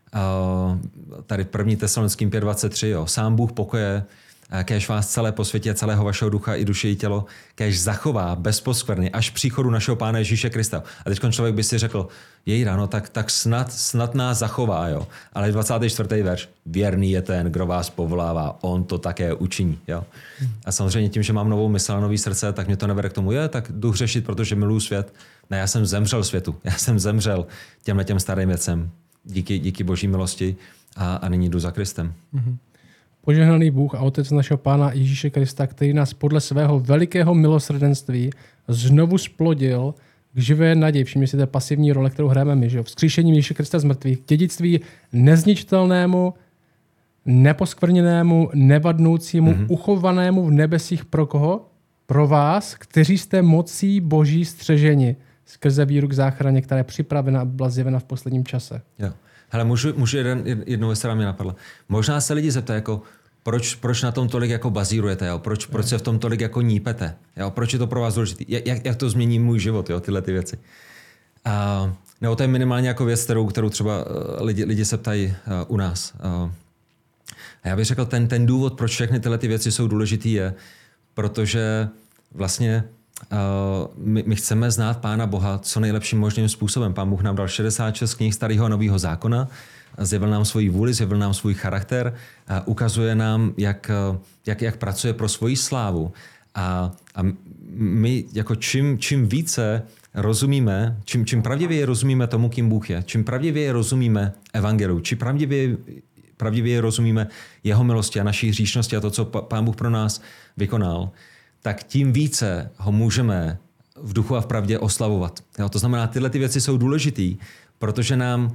Tady 1. Tesalonickým 5:23. Jo. Sám Bůh pokoje, kéž vás celé posvětí, celého vašeho ducha i duše i tělo, kéž zachová bez poskvrny až příchodu našeho Pána Ježíše Krista. A teď člověk by si řekl, jejda, no tak snad nás zachová. Jo. Ale 24. verš. Věrný je ten, kdo vás povolává, on to také učiní. Jo. A samozřejmě tím, že mám novou mysl a nový srdce, tak mě to nevede k tomu, tak jdu hřešit, protože miluji svět. Ne, já jsem zemřel světu. Já jsem zemřel těm starým věcem. Díky Boží milosti a nyní jdu za Kristem. Mm-hmm. Požehnaný Bůh a Otec našeho Pána Ježíše Krista, který nás podle svého velikého milosrdenství znovu splodil k živé naději. Všimně si té pasivní role, kterou hrajeme my, že? Vzkříšení Ježíše Krista z mrtvých, k dědictví nezničitelnému, neposkvrněnému, nevadnoucímu, uchovanému v nebesích pro koho? Pro vás, kteří jste mocí Boží střeženi skrze víru k záchraně, která je připravena a byla zjevena v posledním čase. Jo. Hele, můžu jednu věc, která mě napadla. Možná se lidi zeptají, jako, proč na tom tolik jako bazírujete, jo? Proč se v tom tolik jako nípete, jo? Proč je to pro vás důležité, jak to změní můj život, jo? Tyhle ty věci. Nebo to je minimálně jako věc, kterou třeba lidi se ptají u nás. A já bych řekl, ten důvod, proč všechny tyhle ty věci jsou důležitý, je, protože vlastně my chceme znát Pána Boha co nejlepším možným způsobem. Pán Bůh nám dal 66 knih Starého a Nového zákona, zjevil nám svoji vůli, zjevil nám svůj charakter, ukazuje nám, jak pracuje pro svoji slávu. A my jako čím více rozumíme, čím pravdivěji rozumíme tomu, kým Bůh je, čím pravdivěji rozumíme evangeliu, čím pravdivěji rozumíme jeho milosti a naší hříšnosti a to, co Pán Bůh pro nás vykonal, tak tím více ho můžeme v duchu a v pravdě oslavovat. Jo, to znamená, tyhle ty věci jsou důležitý, protože nám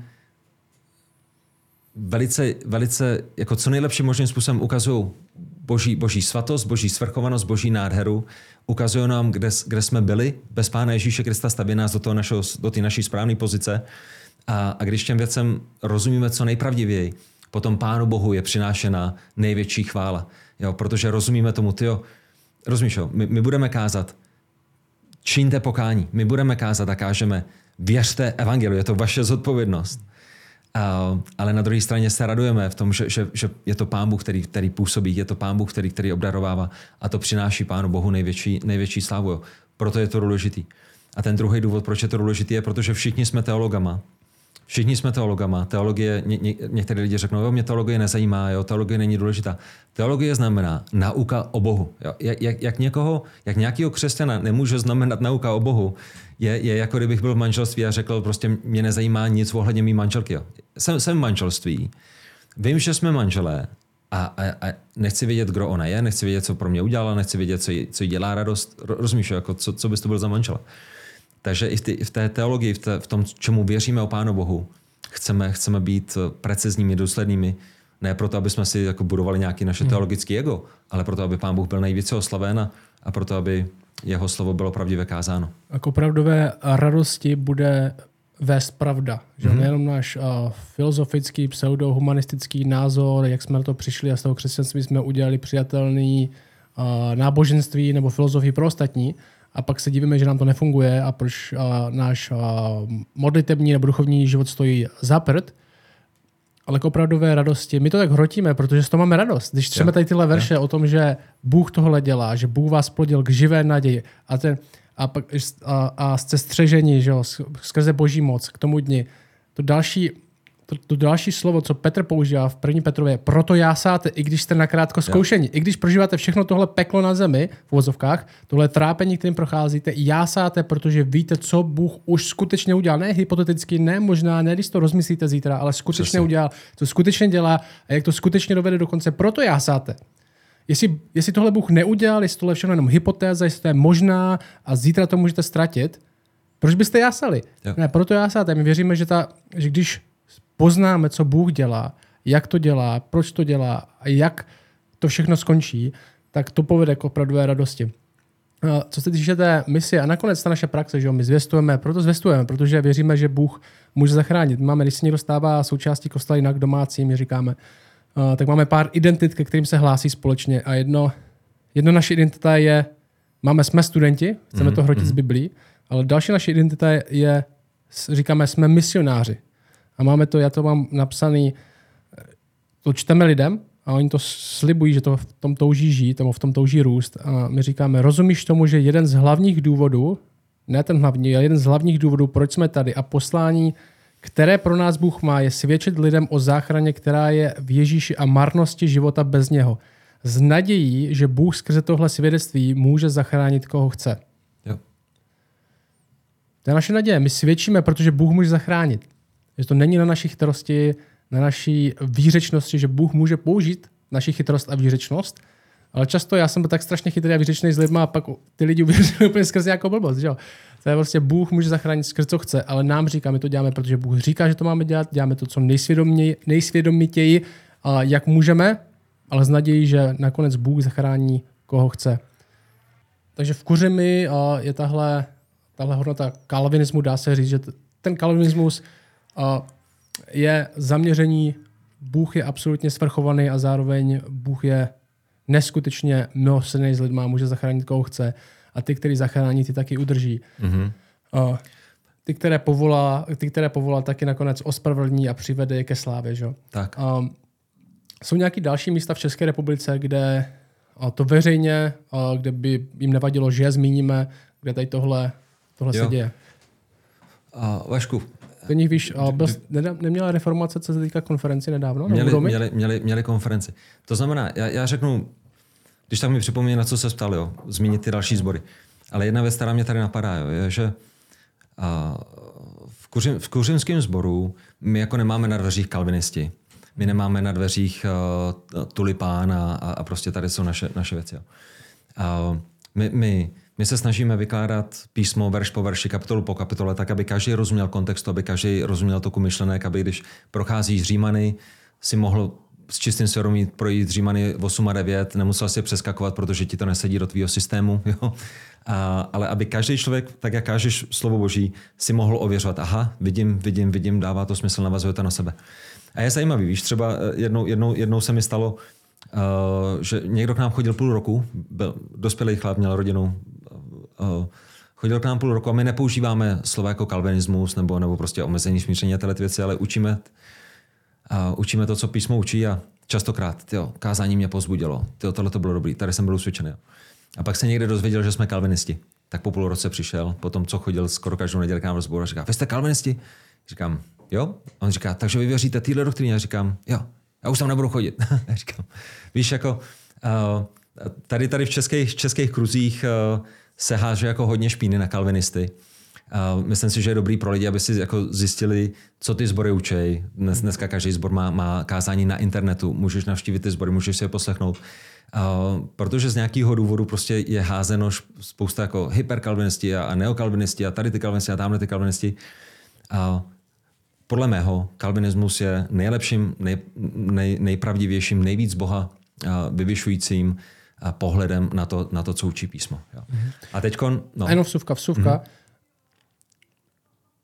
velice jako co nejlepším možným způsobem ukazují boží svatost, boží svrchovanost, boží nádheru, ukazují nám, kde jsme byli bez Pána Ježíše Krista, staví nás do té naší správné pozice a když těm věcem rozumíme co nejpravdivěji, potom Pánu Bohu je přinášena největší chvála. Jo, protože rozumíme tomu, rozumíš, jo? My budeme kázat, čiňte pokání. My budeme kázat a kážeme, věřte evangeliu, je to vaše zodpovědnost. Ale na druhé straně se radujeme v tom, že je to Pán Bůh, který působí, je to Pán Bůh, který obdarovává a to přináší Pánu Bohu největší slávu. Jo. Proto je to důležitý. A ten druhý důvod, proč je to důležitý, je, protože všichni jsme teologama. Teologie, některé lidi řeknou, jo, mě teologie nezajímá, jo, teologie není důležitá. Teologie znamená nauka o Bohu. Jo. Jak nějakého křesťana nemůže znamenat nauka o Bohu, je jako kdybych byl v manželství a řekl, prostě mě nezajímá nic ohledně mý manželky. Jo. Jsem v manželství, vím, že jsme manželé a nechci vědět, kdo ona je, nechci vědět, co pro mě udělala, nechci vědět, co jí dělá radost. Rozumíš, jako co bys to byl za manžela. Takže i v té teologii, v tom, čemu věříme o Pánu Bohu, chceme být precizními, důslednými, ne proto, aby jsme si jako budovali nějaký naše teologické ego, ale proto, aby Pán Bůh byl nejvíce oslaven a proto, aby jeho slovo bylo pravdivě kázáno. A k opravdové radosti bude vést pravda. Že? Nejenom náš filozofický, pseudo-humanistický názor, jak jsme na to přišli a z toho křesťanství jsme udělali přijatelný náboženství nebo filozofii pro ostatní a pak se divíme, že nám to nefunguje a proč náš modlitební nebo duchovní život stojí za prd. Ale k opravdové radosti. My to tak hrotíme, protože z toho máme radost. Když třeba tady tyhle verše o tom, že Bůh tohle dělá, že Bůh vás plodil k živé naději a jste střeženi, že jo, skrze boží moc k tomu dni. To další slovo, co Petr používá v 1. Petrově, proto jásáte, i když jste nakrátko zkoušeni. I když prožíváte všechno tohle peklo na zemi, v uvozovkách, tohle trápení, kterým procházíte, jásáte, protože víte, co Bůh už skutečně udělal. Ne hypoteticky, ne možná, ne když to rozmyslíte zítra, ale skutečně udělal, co skutečně dělá a jak to skutečně dovede do konce. Proto jásáte. Jestli tohle Bůh neudělal, jestli tohle všechno jenom hypotéza, jestli to je možná a zítra to můžete ztratit, proč byste jásali? Ne, proto jásáte. My věříme, že když poznáme, co Bůh dělá, jak to dělá, proč to dělá a jak to všechno skončí, tak to povede k opravdové radosti. Co se týče té misie a nakonec ta naše praxe, že my zvěstujeme, protože věříme, že Bůh může zachránit. Máme, když se někdo stává součástí kostela jinak domácí, my říkáme, tak máme pár identit, ke kterým se hlásí společně a jedno naše identita je, jsme studenti, chceme to hrotit z Biblí, ale další naše identita je, říkáme, jsme misionáři. A máme to, já to mám napsaný, to čteme lidem a oni to slibují, že to v tom touží žít, nebo v tom touží růst. A my říkáme, rozumíš tomu, že jeden z hlavních důvodů, ne ten hlavní, ale jeden z hlavních důvodů, proč jsme tady a poslání, které pro nás Bůh má, je svědčit lidem o záchraně, která je v Ježíši a marnosti života bez něho. S nadějí, že Bůh skrze tohle svědectví může zachránit, koho chce. Jo. To je naše naděje. My svědčíme, protože Bůh může zachránit. Že to není na naší chytrosti, na naší výřečnosti, že Bůh může použít naši chytrost a výřečnost, ale často já jsem byl tak strašně chytrý a výřečný s lidma a pak ty lidi uvěřili úplně skrze nějakou blbost. Že? To je prostě Bůh může zachránit skrze co chce, ale nám říká, my to děláme, protože Bůh říká, že to máme dělat, děláme to co nejsvědomitěji, jak můžeme, ale s nadějí, že nakonec Bůh zachrání, koho chce. Takže v Kuřimi je tahle hodnota kalvinismu, dá se říct, že ten kalvinismus je zaměření, Bůh je absolutně svrchovaný a zároveň Bůh je neskutečně milosrdný s lidma, může zachránit, koho chce a ty, který zachrání, ty taky udrží. Mm-hmm. Ty, které povolá, taky nakonec ospravedlní a přivede je ke slávě. Že? Tak. Jsou nějaké další místa v České republice, kde to veřejně, kde by jim nevadilo, že je zmíníme, kde tady tohle se děje? Vašku, víš, neměla reformace, co se týká konferenci nedávno? Měli konferenci. To znamená, já řeknu, když tak mi připomíná, na co se ptal, jo, zmínit ty další sbory. Ale jedna věc, která mě tady napadá, jo, je, že v kuřimském sboru my jako nemáme na dveřích kalvinisti. My nemáme na dveřích tulipán a prostě tady jsou naše věci. Jo. My se snažíme vykládat písmo verš po verši, kapitolu po kapitole, tak, aby každý rozuměl kontextu, aby každý rozuměl toku myšlenek, aby když procházíš Římany, si mohl s čistým svědomím projít Římany 8 a 9, nemusel si přeskakovat, protože ti to nesedí do tvýho systému. Jo? Ale aby každý člověk, tak jak kážeš slovo Boží, si mohl ověřovat, aha, vidím, dává to smysl, navazuje to na sebe. A je zajímavý, víš, třeba jednou se mi stalo, že někdo k nám chodil půl roku, byl dospělý chlap, měl rodinu, chodil k nám půl roku a my nepoužíváme slova jako kalvinismus nebo prostě omezení smíření a tyhle věci, ale učíme to, co písmo učí a častokrát, kázání mě povzbudilo, tohle to bylo dobrý, tady jsem byl usvědčený. A pak se někde dozvěděl, že jsme kalvinisti. Tak po půl roce přišel, potom co chodil skoro každou neděli k nám do sboru a říká, vy jste kalvinisti? Říkám, jo. A on říká, takže vy věříte téhle doktríně? Já říkám, jo. Já už tam nebudu chodit. Já říkám, víš, jako tady v českých kruzích se háže jako hodně špíny na kalvinisty. Myslím si, že je dobrý pro lidi, aby si jako zjistili, co ty sbory učej. Dneska každý sbor má kázání na internetu. Můžeš navštívit ty sbory, můžeš si je poslechnout. Protože z nějakého důvodu prostě je házeno spousta jako hyperkalvinisti a neokalvinisti a tady ty kalvinisti a tamhle ty kalvinisti. Podle mého kalvinismus je nejlepším, nejpravdivějším, nejvíc Boha vyvyšujícím pohledem na to, co učí písmo. Jo. A teďkon... No. A jenom vsuvka.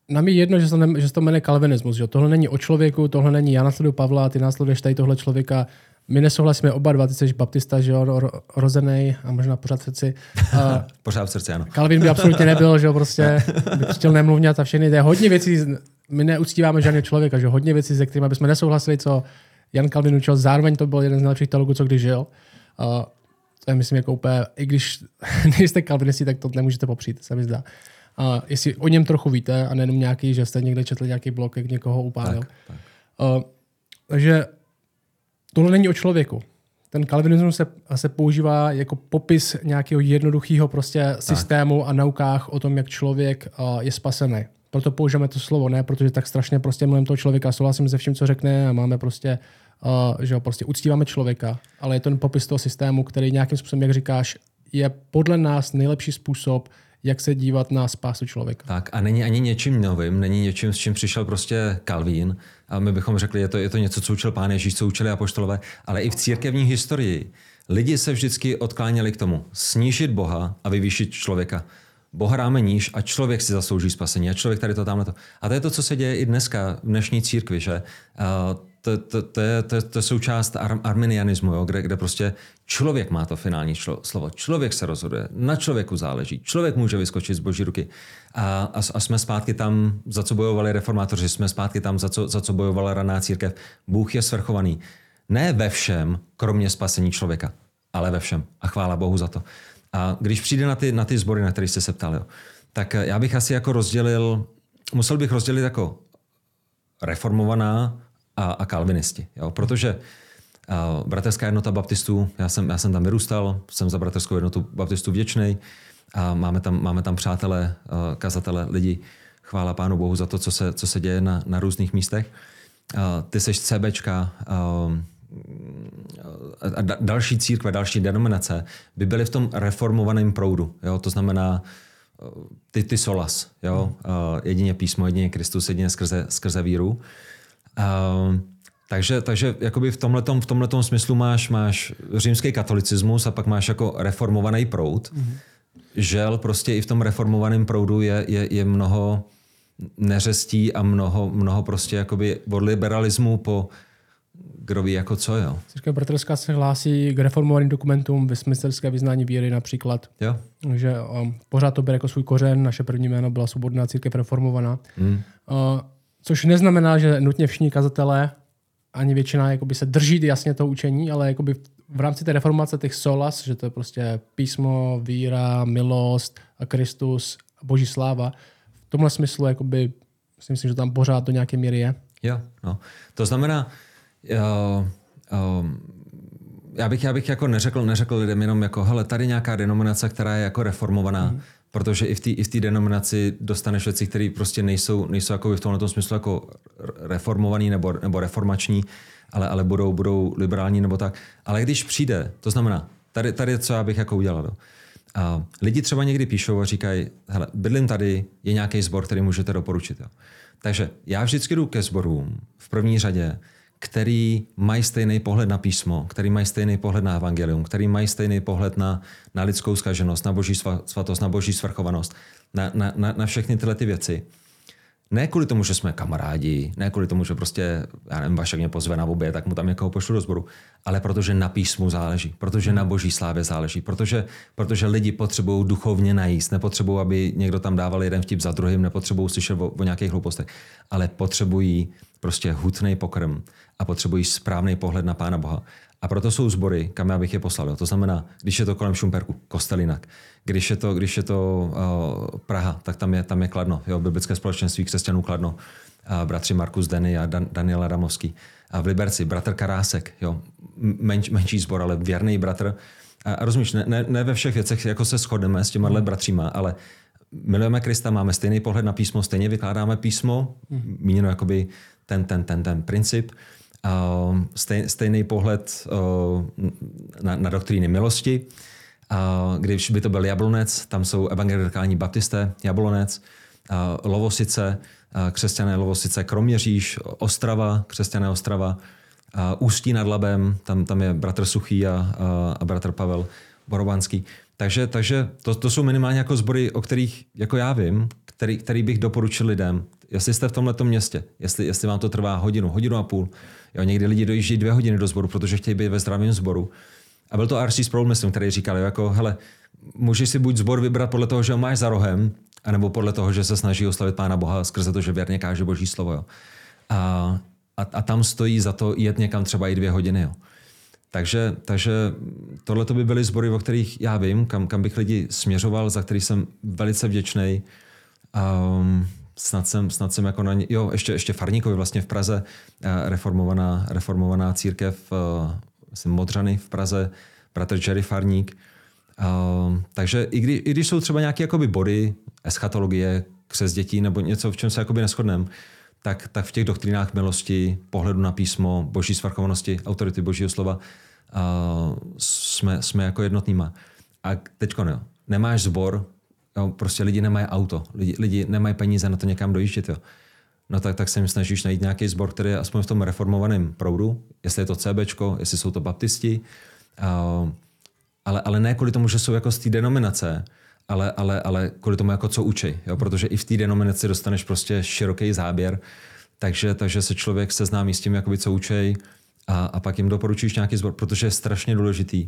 nám je jedno, že se to jmenuje kalvinismus. Že? Tohle není o člověku, tohle není já následuju Pavla, ty následuješ tady tohle člověka. My nesouhlasíme oba dva, ty jsi baptista, že jo, rozenej a možná pořád v srdci. Pořád v srdci, ano. Kalvin by absolutně nebyl, že jo, prostě by chtěl nemluvňat a všechny. To je hodně věcí, my neuctíváme žádného člověka, že hodně věcí, se kterými bychom nesouhlasili, co Jan Kalvin učil. Zároveň to byl jeden z nejlepších teologů, co kdy žil. To je, myslím, jako úplně, i když nejste kalvinisti, tak to nemůžete popřít, se mi zdá. Jestli o něm trochu víte a nejenom nějaký, že jste někde četli nějaký blog, jak někoho upálil. Tak. Takže tohle není o člověku. Ten kalvinismus se používá jako popis nějakého jednoduchého prostě systému a naukách o tom, jak člověk je spasený. Proto používáme to slovo, ne protože tak strašně prostě mluvím toho člověka, souhlasím se vším, co řekne a máme prostě, že prostě uctíváme člověka, ale je to ten popis toho systému, který nějakým způsobem, jak říkáš, je podle nás nejlepší způsob, jak se dívat na spásu člověka. Tak a není ani něčím novým, není něčím, s čím přišel prostě Kalvín. A my bychom řekli, je to něco, co učil Pán Ježíš, co učili apoštolové, ale i v církevní historii lidi se vždycky odkláněli k tomu snížit Boha a vyvýšit člověka. Boha dáme níž a člověk si zaslouží spasení a člověk tady to tamhle. A to je to, co se děje i dneska v dnešní církvi, že? To je součást arminianismu, jo? Kde prostě člověk má to finální slovo. Člověk se rozhoduje, na člověku záleží. Člověk může vyskočit z Boží ruky. A jsme zpátky tam, za co bojovali reformátoři, jsme zpátky tam, za co bojovala raná církev. Bůh je svrchovaný. Ne ve všem, kromě spasení člověka, ale ve všem. A chvála Bohu za to. A když přijde na ty sbory, na které jste se ptali, tak já bych asi jako musel bych rozdělit jako reformovaná a kalvinisti. Jo? Protože bratrská jednota baptistů, já jsem tam vyrůstal, jsem za bratrskou jednotu baptistů vděčnej a máme tam přátelé, kazatele, lidi, chvála Pánu Bohu za to, co se děje na různých místech. Ty seš CBčka, a další církve, další denominace by byly v tom reformovaném proudu. Jo? To znamená ty solas. Jo? Jedině písmo, jedině Kristus, jedině skrze víru. Takže jakoby v tomhletom smyslu máš římský katolicismus a pak máš jako reformovaný proud. Žel prostě i v tom reformovaném proudu je mnoho neřestí a mnoho prostě jakoby od liberalismu po kdo ví jako co, jo. Církev bratrská se hlásí k reformovaným dokumentům westminsterské vyznání víry například. Jo. Takže pořád to bere jako svůj kořen. Naše první jméno byla Svobodná církev reformovaná. Což neznamená, že nutně všichni kazatelé ani většina jakoby se drží jasně toho učení, ale jakoby v rámci té reformace těch solas, že to je prostě písmo, víra, milost a Kristus a Boží sláva. V tomhle smyslu jakoby, myslím, že tam pořád do nějaké míry je. Jo, no. To znamená, já bych jako neřekl lidem jenom jako, hele, tady nějaká denominace, která je jako reformovaná, protože i v té denominaci dostaneš věci, které prostě nejsou jako v tomhle smyslu jako reformovaný nebo reformační, ale budou liberální nebo tak. Ale když přijde, to znamená, tady co já bych jako udělal. Lidi třeba někdy píšou a říkají, hele, bydlím tady, je nějaký sbor, který můžete doporučit. Jo. Takže já vždycky jdu ke sborům v první řadě, který mají stejný pohled na písmo, který mají stejný pohled na evangelium, který mají stejný pohled na lidskou zkaženost, na Boží svatost, na Boží svrchovanost, na všechny tyhle ty věci. Ne kvůli tomu, že jsme kamarádi, ne kvůli tomu, že prostě, já nevím, Vašek mě pozve na oběd, tak mu tam někoho pošlu do sboru, ale protože na písmu záleží, protože na Boží slávě záleží, protože lidi potřebují duchovně najíst, nepotřebují, aby někdo tam dával jeden vtip za druhým, nepotřebují slyšet o nějakých hloupostech, ale potřebují prostě hutný pokrm a potřebují správný pohled na Pána Boha. A proto jsou sbory, kam já bych je poslal. To znamená, když je to kolem Šumperku, Kostelinak. Když je to Praha, tak tam je Kladno. Jo, biblické společenství křesťanů Kladno. Bratři Markus Denny a Daniel Adamovský. A v Liberci bratr Karásek. Jo, menší sbor, ale věrný bratr. A rozumíš, ne ve všech věcech jako se shodneme s těma bratříma, ale milujeme Krista, máme stejný pohled na písmo, stejně vykládáme písmo, míněno jakoby ten princip. Stejný pohled na doktríny milosti. Když by to byl Jablonec, tam jsou evangelikální baptisté, Jablonec, Lovosice, křesťané Lovosice, Kroměříž, Ostrava, křesťané Ostrava, Ústí nad Labem, tam je bratr Suchý a bratr Pavel Borobanský. Takže to jsou minimálně jako sbory, o kterých jako já vím, který bych doporučil lidem. Jestli jste v tomhletom městě, jestli vám to trvá hodinu a půl. Jo, někdy lidi dojíždějí 2 hodiny do sboru, protože chtějí být ve zdravém sboru. A byl to R.C. Sproul, myslím, který říkal, jako, hele, můžeš si buď sbor vybrat podle toho, že ho máš za rohem, anebo podle toho, že se snaží oslavit Pána Boha skrze to, že věrně káže Boží slovo. Jo. A tam stojí za to jet někam třeba i 2 hodiny. Jo. Takže tohle by byly sbory, o kterých já vím, kam bych lidi směřoval, za který jsem velice vděčný. Snad jsem jako na ně, jo, ještě Farníkovi vlastně v Praze, reformovaná církev, Modřany v Praze, bratr Jerry Farník. Takže i když jsou třeba nějaké jakoby body, eschatologie, křest dětí nebo něco, v čem se jakoby neshodneme, tak v těch doktrinách milosti, pohledu na písmo, boží svrchovanosti, autority božího slova jsme jako jednotnýma. A teďko ne, nemáš sbor, jo, prostě lidi nemají auto, lidi nemají peníze na to někam dojíždět. Jo. No tak se jim snažíš najít nějaký sbor, který je aspoň v tom reformovaném proudu, jestli je to CBčko, jestli jsou to baptisti, ale ne kvůli tomu, že jsou jako z té denominace, ale kvůli tomu, jako co učí. Jo? Protože i v té denominaci dostaneš prostě široký záběr, takže se člověk seznámí s tím, jakoby, co učí a pak jim doporučíš nějaký sbor, protože je strašně důležitý,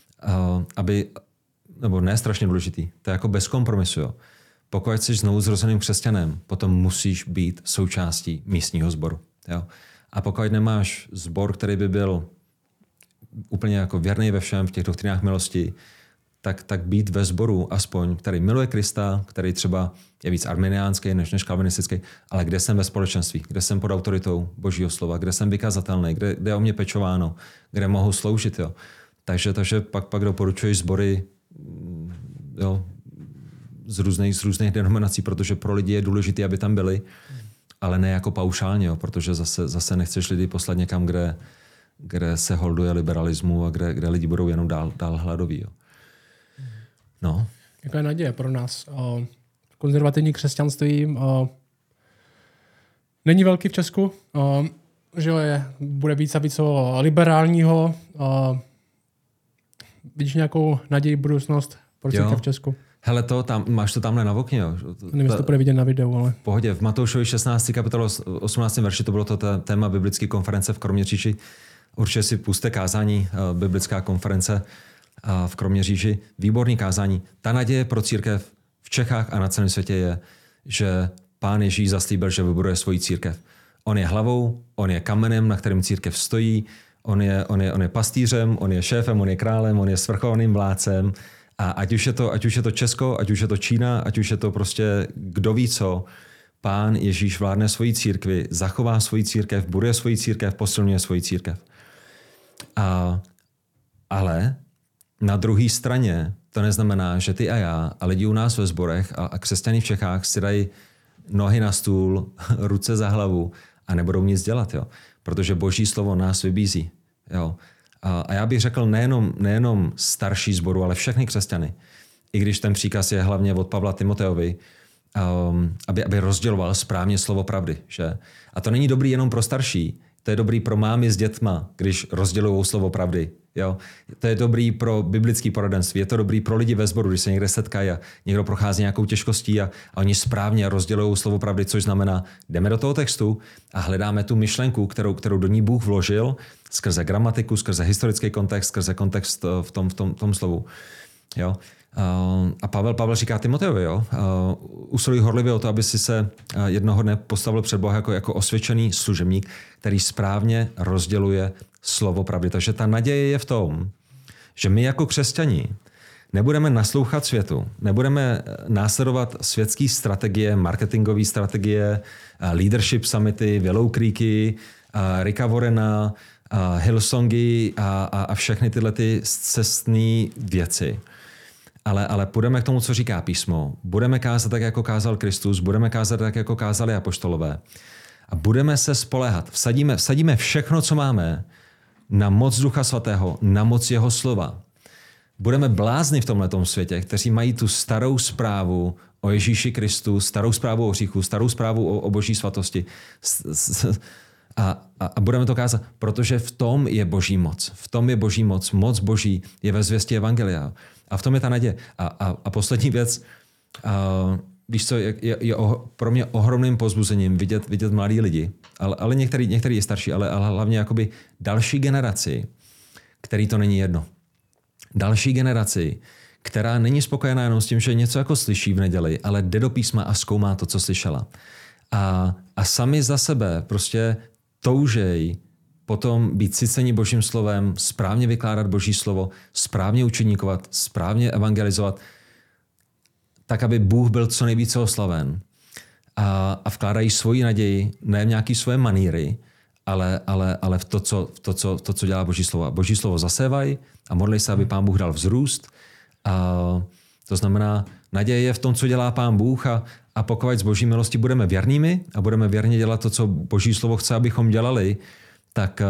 nebo ne strašně důležitý, to je jako bez kompromisu. Jo? Pokud jsi znovu zrozeným křesťanem, potom musíš být součástí místního sboru. Jo? A pokud nemáš sbor, který by byl úplně jako věrný ve všem v těch doktrinách milosti, tak být ve sboru aspoň, který miluje Krista, který třeba je víc arminiánský než kalvinistický, ale kde jsem ve společenství, kde jsem pod autoritou Božího slova, kde jsem vykazatelný, kde je o mě pečováno, kde mohu sloužit. Jo. Takže pak doporučuji sbory, jo, z různých denominací, protože pro lidi je důležité, aby tam byli, ale ne jako paušálně, jo, protože zase nechceš lidi poslat někam, kde se holduje liberalismu a kde lidi budou jenom dál hladoví. Jo. No. Jaká je naděje pro nás? Konzervativní křesťanství není velký v Česku, že bude víc a víc liberálního. Vidíš nějakou naději budoucnost pro církev v Česku? Hele, máš to tamhle na okně. Jo. Nevím, jestli to bude vidět na videu, ale... V pohodě. V Matoušovi 16. kapitole 18. verši to bylo to téma biblické konference v Kroměříži. Určitě si puste kázání, biblická konference v Kroměříži. Výborný kázání. Ta naděje pro církev v Čechách a na celém světě je, že Pán Ježíš zaslíbil, že vybuduje svoji církev. On je hlavou, on je kamenem, na kterém církev stojí, on je pastýřem, on je šéfem, on je králem, on je svrchovaným vládcem. A ať už je to Česko, ať už je to Čína, ať už je to prostě kdo ví co, Pán Ježíš vládne svoji církvi, zachová svoji církev, buduje svoji církev, posilňuje svoji církev. Ale na druhé straně to neznamená, že ty a já a lidi u nás ve sborech a křesťané v Čechách si dají nohy na stůl, ruce za hlavu a nebudou nic dělat. Jo? Protože Boží slovo nás vybízí. Jo? A já bych řekl nejenom starší sboru, ale všechny křesťany. I když ten příkaz je hlavně od Pavla Timoteovi, aby rozděloval správně slovo pravdy. Že? A to není dobrý jenom pro starší, to je dobrý pro mámy s dětma, když rozdělují slovo pravdy. Jo? To je dobrý pro biblické poradenství, je to dobrý pro lidi ve sboru, když se někde setkají a někdo prochází nějakou těžkostí a oni správně rozdělují slovo pravdy, což znamená, jdeme do toho textu a hledáme tu myšlenku, kterou do ní Bůh vložil, skrze gramatiku, skrze historický kontext, skrze kontext v tom slovu. Jo? A Pavel říká Timoteovi, usiluj horlivě o to, aby si se jednoho dne postavil před Boha jako osvědčený služebník, který správně rozděluje slovo pravdy. Takže ta naděje je v tom, že my jako křesťani nebudeme naslouchat světu, nebudeme následovat světské strategie, marketingové strategie, leadership summity, Willow Creeky, Ricka Warrena, Hillsongy a všechny tyhle ty cestné věci. Ale půjdeme k tomu, co říká písmo. Budeme kázat tak, jako kázal Kristus, budeme kázat tak, jako kázali apoštolové. A budeme se spoléhat. Vsadíme všechno, co máme, na moc Ducha Svatého, na moc jeho slova. Budeme blázni v tomhletom světě, kteří mají tu starou zprávu o Ježíši Kristu, starou zprávu o hříchu, starou zprávu o boží svatosti. A budeme to kázat, protože v tom je boží moc. V tom je boží moc. Moc boží je ve zvěstí evangelia. A v tom je ta naděje. A poslední věc, víš co, je pro mě ohromným povzbuzením vidět mladí lidi, ale některý je starší, ale hlavně jakoby další generaci, který to není jedno. Další generaci, která není spokojená jenom s tím, že něco jako slyší v neděli, ale jde do písma a zkoumá to, co slyšela. A sami za sebe prostě toužej potom být syceni Božím slovem, správně vykládat Boží slovo, správně učeníkovat, správně evangelizovat, tak, aby Bůh byl co nejvíce oslaven. A vkládají svoji naději, ne v nějaké svoje maníry, ale v to, co dělá Boží slovo. Boží slovo zasévají a modlí se, aby Pán Bůh dal vzrůst. To znamená, naděje je v tom, co dělá Pán Bůh a pokud z Boží milosti budeme věrnými a budeme věrně dělat to, co Boží slovo chce, abychom dělali, tak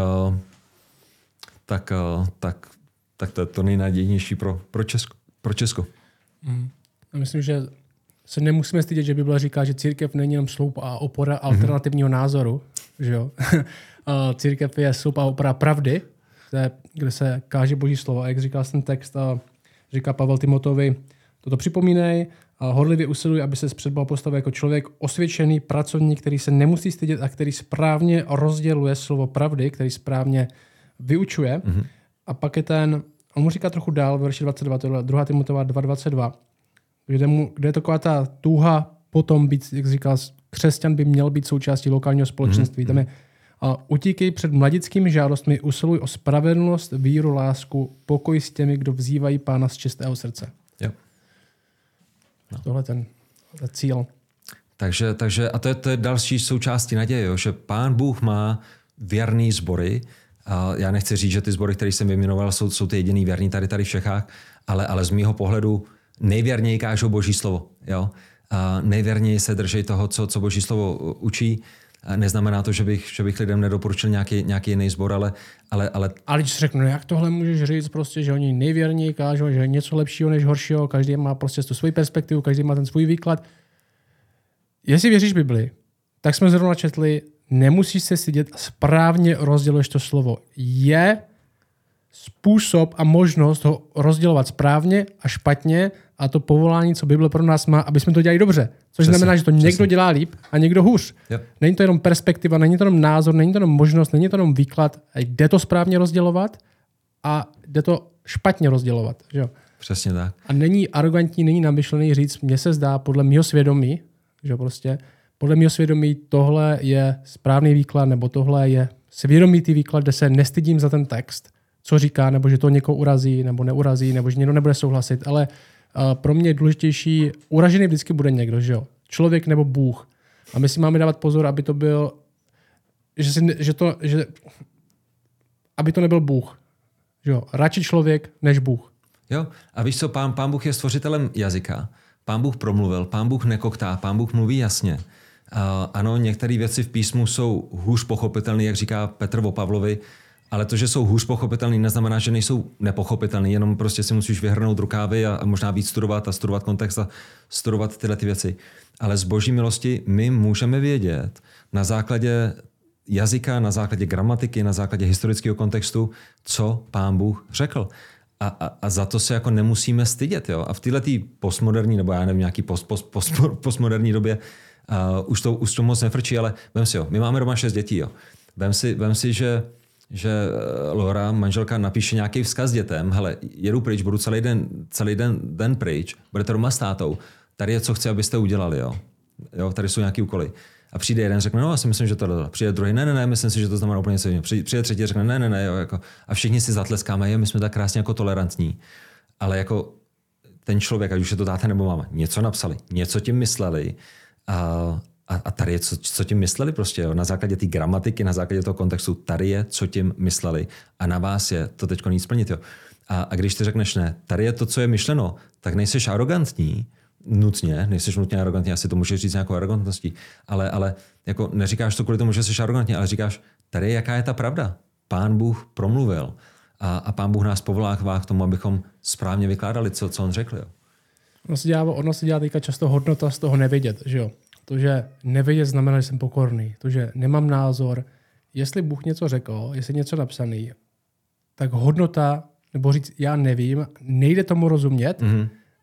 to je to nejnadějnější pro Česko. Já myslím, že se nemusíme stydět, že Bible říká, že církev není jenom sloup a opora alternativního názoru. Že jo? Církev je sloup a opora pravdy, kde se káže Boží slovo. A jak říkal ten text, říká Pavel Timoteovi, toto připomínej, horlivě usiluj, aby se před Boha postavil jako člověk osvědčený pracovník, který se nemusí stydět a který správně rozděluje slovo pravdy, který správně vyučuje. A pak je on mu říká trochu dál, v verši 22, 2. Timoteova 2.22, kde je taková ta touha potom být, jak říkal, křesťan by měl být součástí lokálního společenství. Tam je utíkej před mladickými žádostmi, usiluj o spravedlnost, víru, lásku, pokoj s těmi, kdo vzývají Pána z čistého srdce. Jo. No. Tohle ten cíl. Takže a to je další součástí naděje, jo, že Pán Bůh má věrný sbory. A já nechci říct, že ty sbory, které jsem vyjmenoval, jsou ty jediný věrný tady v Čechách, ale z mýho pohledu nejvěrněji kážou Boží slovo. Jo? A nejvěrněji se drží toho, co Boží slovo učí. A neznamená to, že bych lidem nedoporučil nějaký jiný sbor, ale... Ale když řeknu, jak tohle můžeš říct, prostě, že oni nejvěrněji kážou, že je něco lepšího než horšího, každý má prostě tu svoji perspektivu, každý má ten svůj výklad. Jestli věříš Bibli, tak jsme zrovna četli, nemusíš se stydět, správně rozděluješ to slovo. Je způsob a možnost ho rozdělovat správně a špatně a to povolání, co Bible pro nás má, aby jsme to dělali dobře. Což znamená, že to někdo dělá líp a někdo hůř. Yep. Není to jenom perspektiva, není to jenom názor, není to jenom možnost, není to jenom výklad. Jde to správně rozdělovat a jde to špatně rozdělovat. Že? Přesně tak. A není arrogantní, není namyšlený říct, mně se zdá podle mýho svědomí, že prostě podle mýho svědomí tohle je správný výklad, nebo tohle je svědomitý výklad, kde se nestydím za ten text, co říká, nebo že to někoho urazí, nebo neurazí, nebo že někdo nebude souhlasit, ale pro mě je důležitější, uražený vždycky bude někdo, že jo? Člověk nebo Bůh. A my si máme dávat pozor, aby to byl, aby to nebyl Bůh. Že jo? Radši člověk než Bůh. Jo, a víš co, pán Bůh je stvořitelem jazyka. Pán Bůh promluvil, Pán Bůh nekoktá, Pán Bůh mluví jasně. Ano, některé věci v písmu jsou hůř pochopitelné, jak říká Petr o Pavlovi, ale to, že jsou hůř pochopitelný, neznamená, že nejsou nepochopitelný, jenom prostě si musíš vyhrnout rukávy a možná víc studovat kontext a studovat tyhle ty věci. Ale z Boží milosti my můžeme vědět na základě jazyka, na základě gramatiky, na základě historického kontextu, co Pán Bůh řekl. A za to se jako nemusíme stydět. Jo? A v této postmoderní, nebo já nevím, nějaký postmoderní době už to moc nefrčí, ale vem si, jo, my máme doma 6 dětí. Jo. Vem si, že Laura, manželka, napíše nějaký vzkaz dětem, hele, jedu pryč, budu celý den pryč, budete doma s tátou, tady je, co chci, abyste udělali, jo, tady jsou nějaký úkoly. A přijde jeden, řekne, no, já si myslím, že to. Přijde druhý, ne, myslím si, že to znamená úplně něco jiného. Přijde třetí, řekne, ne, jo, jako. A všichni si zatleskáme, my jsme tak krásně jako tolerantní. Ale jako ten člověk, ať už je to táta nebo máma, něco napsali, něco tím mysleli a tady je, co tím mysleli prostě, jo. Na základě té gramatiky, na základě toho kontextu, tady je, co tím mysleli a na vás je to teďko nic splnit, jo. A když ty řekneš ne, tady je to, co je myšleno, tak nejseš arrogantní, nejseš nutně arrogantní, asi to můžeš říct nějakou arrogantností, ale jako neříkáš to kvůli tomu, že jsi arrogantní, ale říkáš, tady jaká je ta pravda. Pán Bůh promluvil a Pán Bůh nás povolává k tomu, abychom správně vykládali, co on řekl. Jo. Ono se dělá teďka často hodnota z toho nevědět, že jo. To, že nevědět znamená, že jsem pokorný. To, že nemám názor. Jestli Bůh něco řekl, jestli něco napsaný, tak hodnota, nebo říct já nevím, nejde tomu rozumět,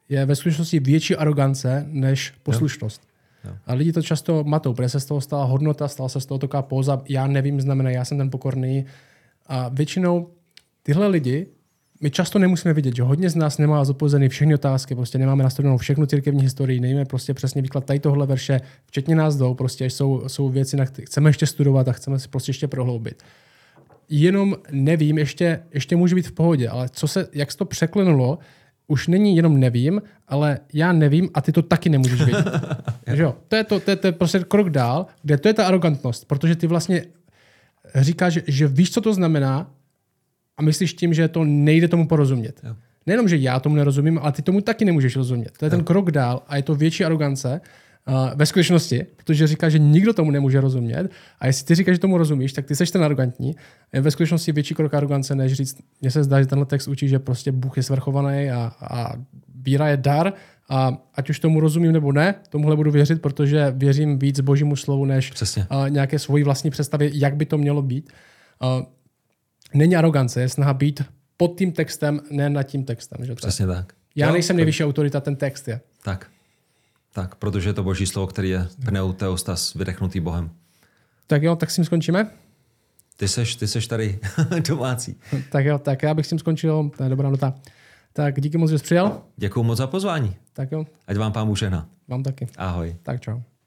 je ve skutečnosti větší arogance než poslušnost. Jo. A lidi to často matou, protože se z toho stala hodnota, stala se z toho taková póza, já nevím, znamená, já jsem ten pokorný. A většinou tyhle lidi, my často nemusíme vidět, že hodně z nás nemá zodpovězený všechny otázky, prostě nemáme nastudenou všechnu církevní historii, nevíme prostě přesně výklad tady tohle verše, včetně nás jdou, prostě jsou věci, na které chceme ještě studovat a chceme si prostě ještě prohloubit. Jenom nevím, ještě může být v pohodě, ale jak se to překlenulo, už není jenom nevím, ale já nevím a ty to taky nemůžeš vědět. Jo? To je prostě krok dál, kde to je ta arrogantnost, protože ty vlastně říkáš, že víš, co to znamená a myslíš tím, že to nejde tomu porozumět. Jo. Nejenom, že já tomu nerozumím, ale ty tomu taky nemůžeš rozumět. To je ten krok dál a je to větší arogance ve skutečnosti, protože říkáš, že nikdo tomu nemůže rozumět a jestli ty říkáš, že tomu rozumíš, tak ty seš ten arrogantní. Je ve skutečnosti větší krok arogance, než říct, mně se zdá, že tenhle text učí, že prostě Bůh je svrchovaný a víra je dar a ať už tomu rozumím nebo ne, tomuhle budu věřit, protože věřím víc Božímu slovu, než nějaké svoji vlastní představě, jak by to mělo být. Není arogance, je snaha být pod tím textem, ne nad tím textem. Že Přesně tak. Já nejsem nejvyšší autorita, ten text je. Tak, protože je to Boží slovo, který je pneuteostas, vydechnutý Bohem. Tak jo, tak s tím skončíme. Ty seš tady domácí. Tak jo, tak já bych s tím skončil, to je dobrá nota. Tak díky moc, že jsi přijel. Děkuju moc za pozvání. Tak jo. Ať vám Pán Bůh žehná. Vám taky. Ahoj. Tak čau.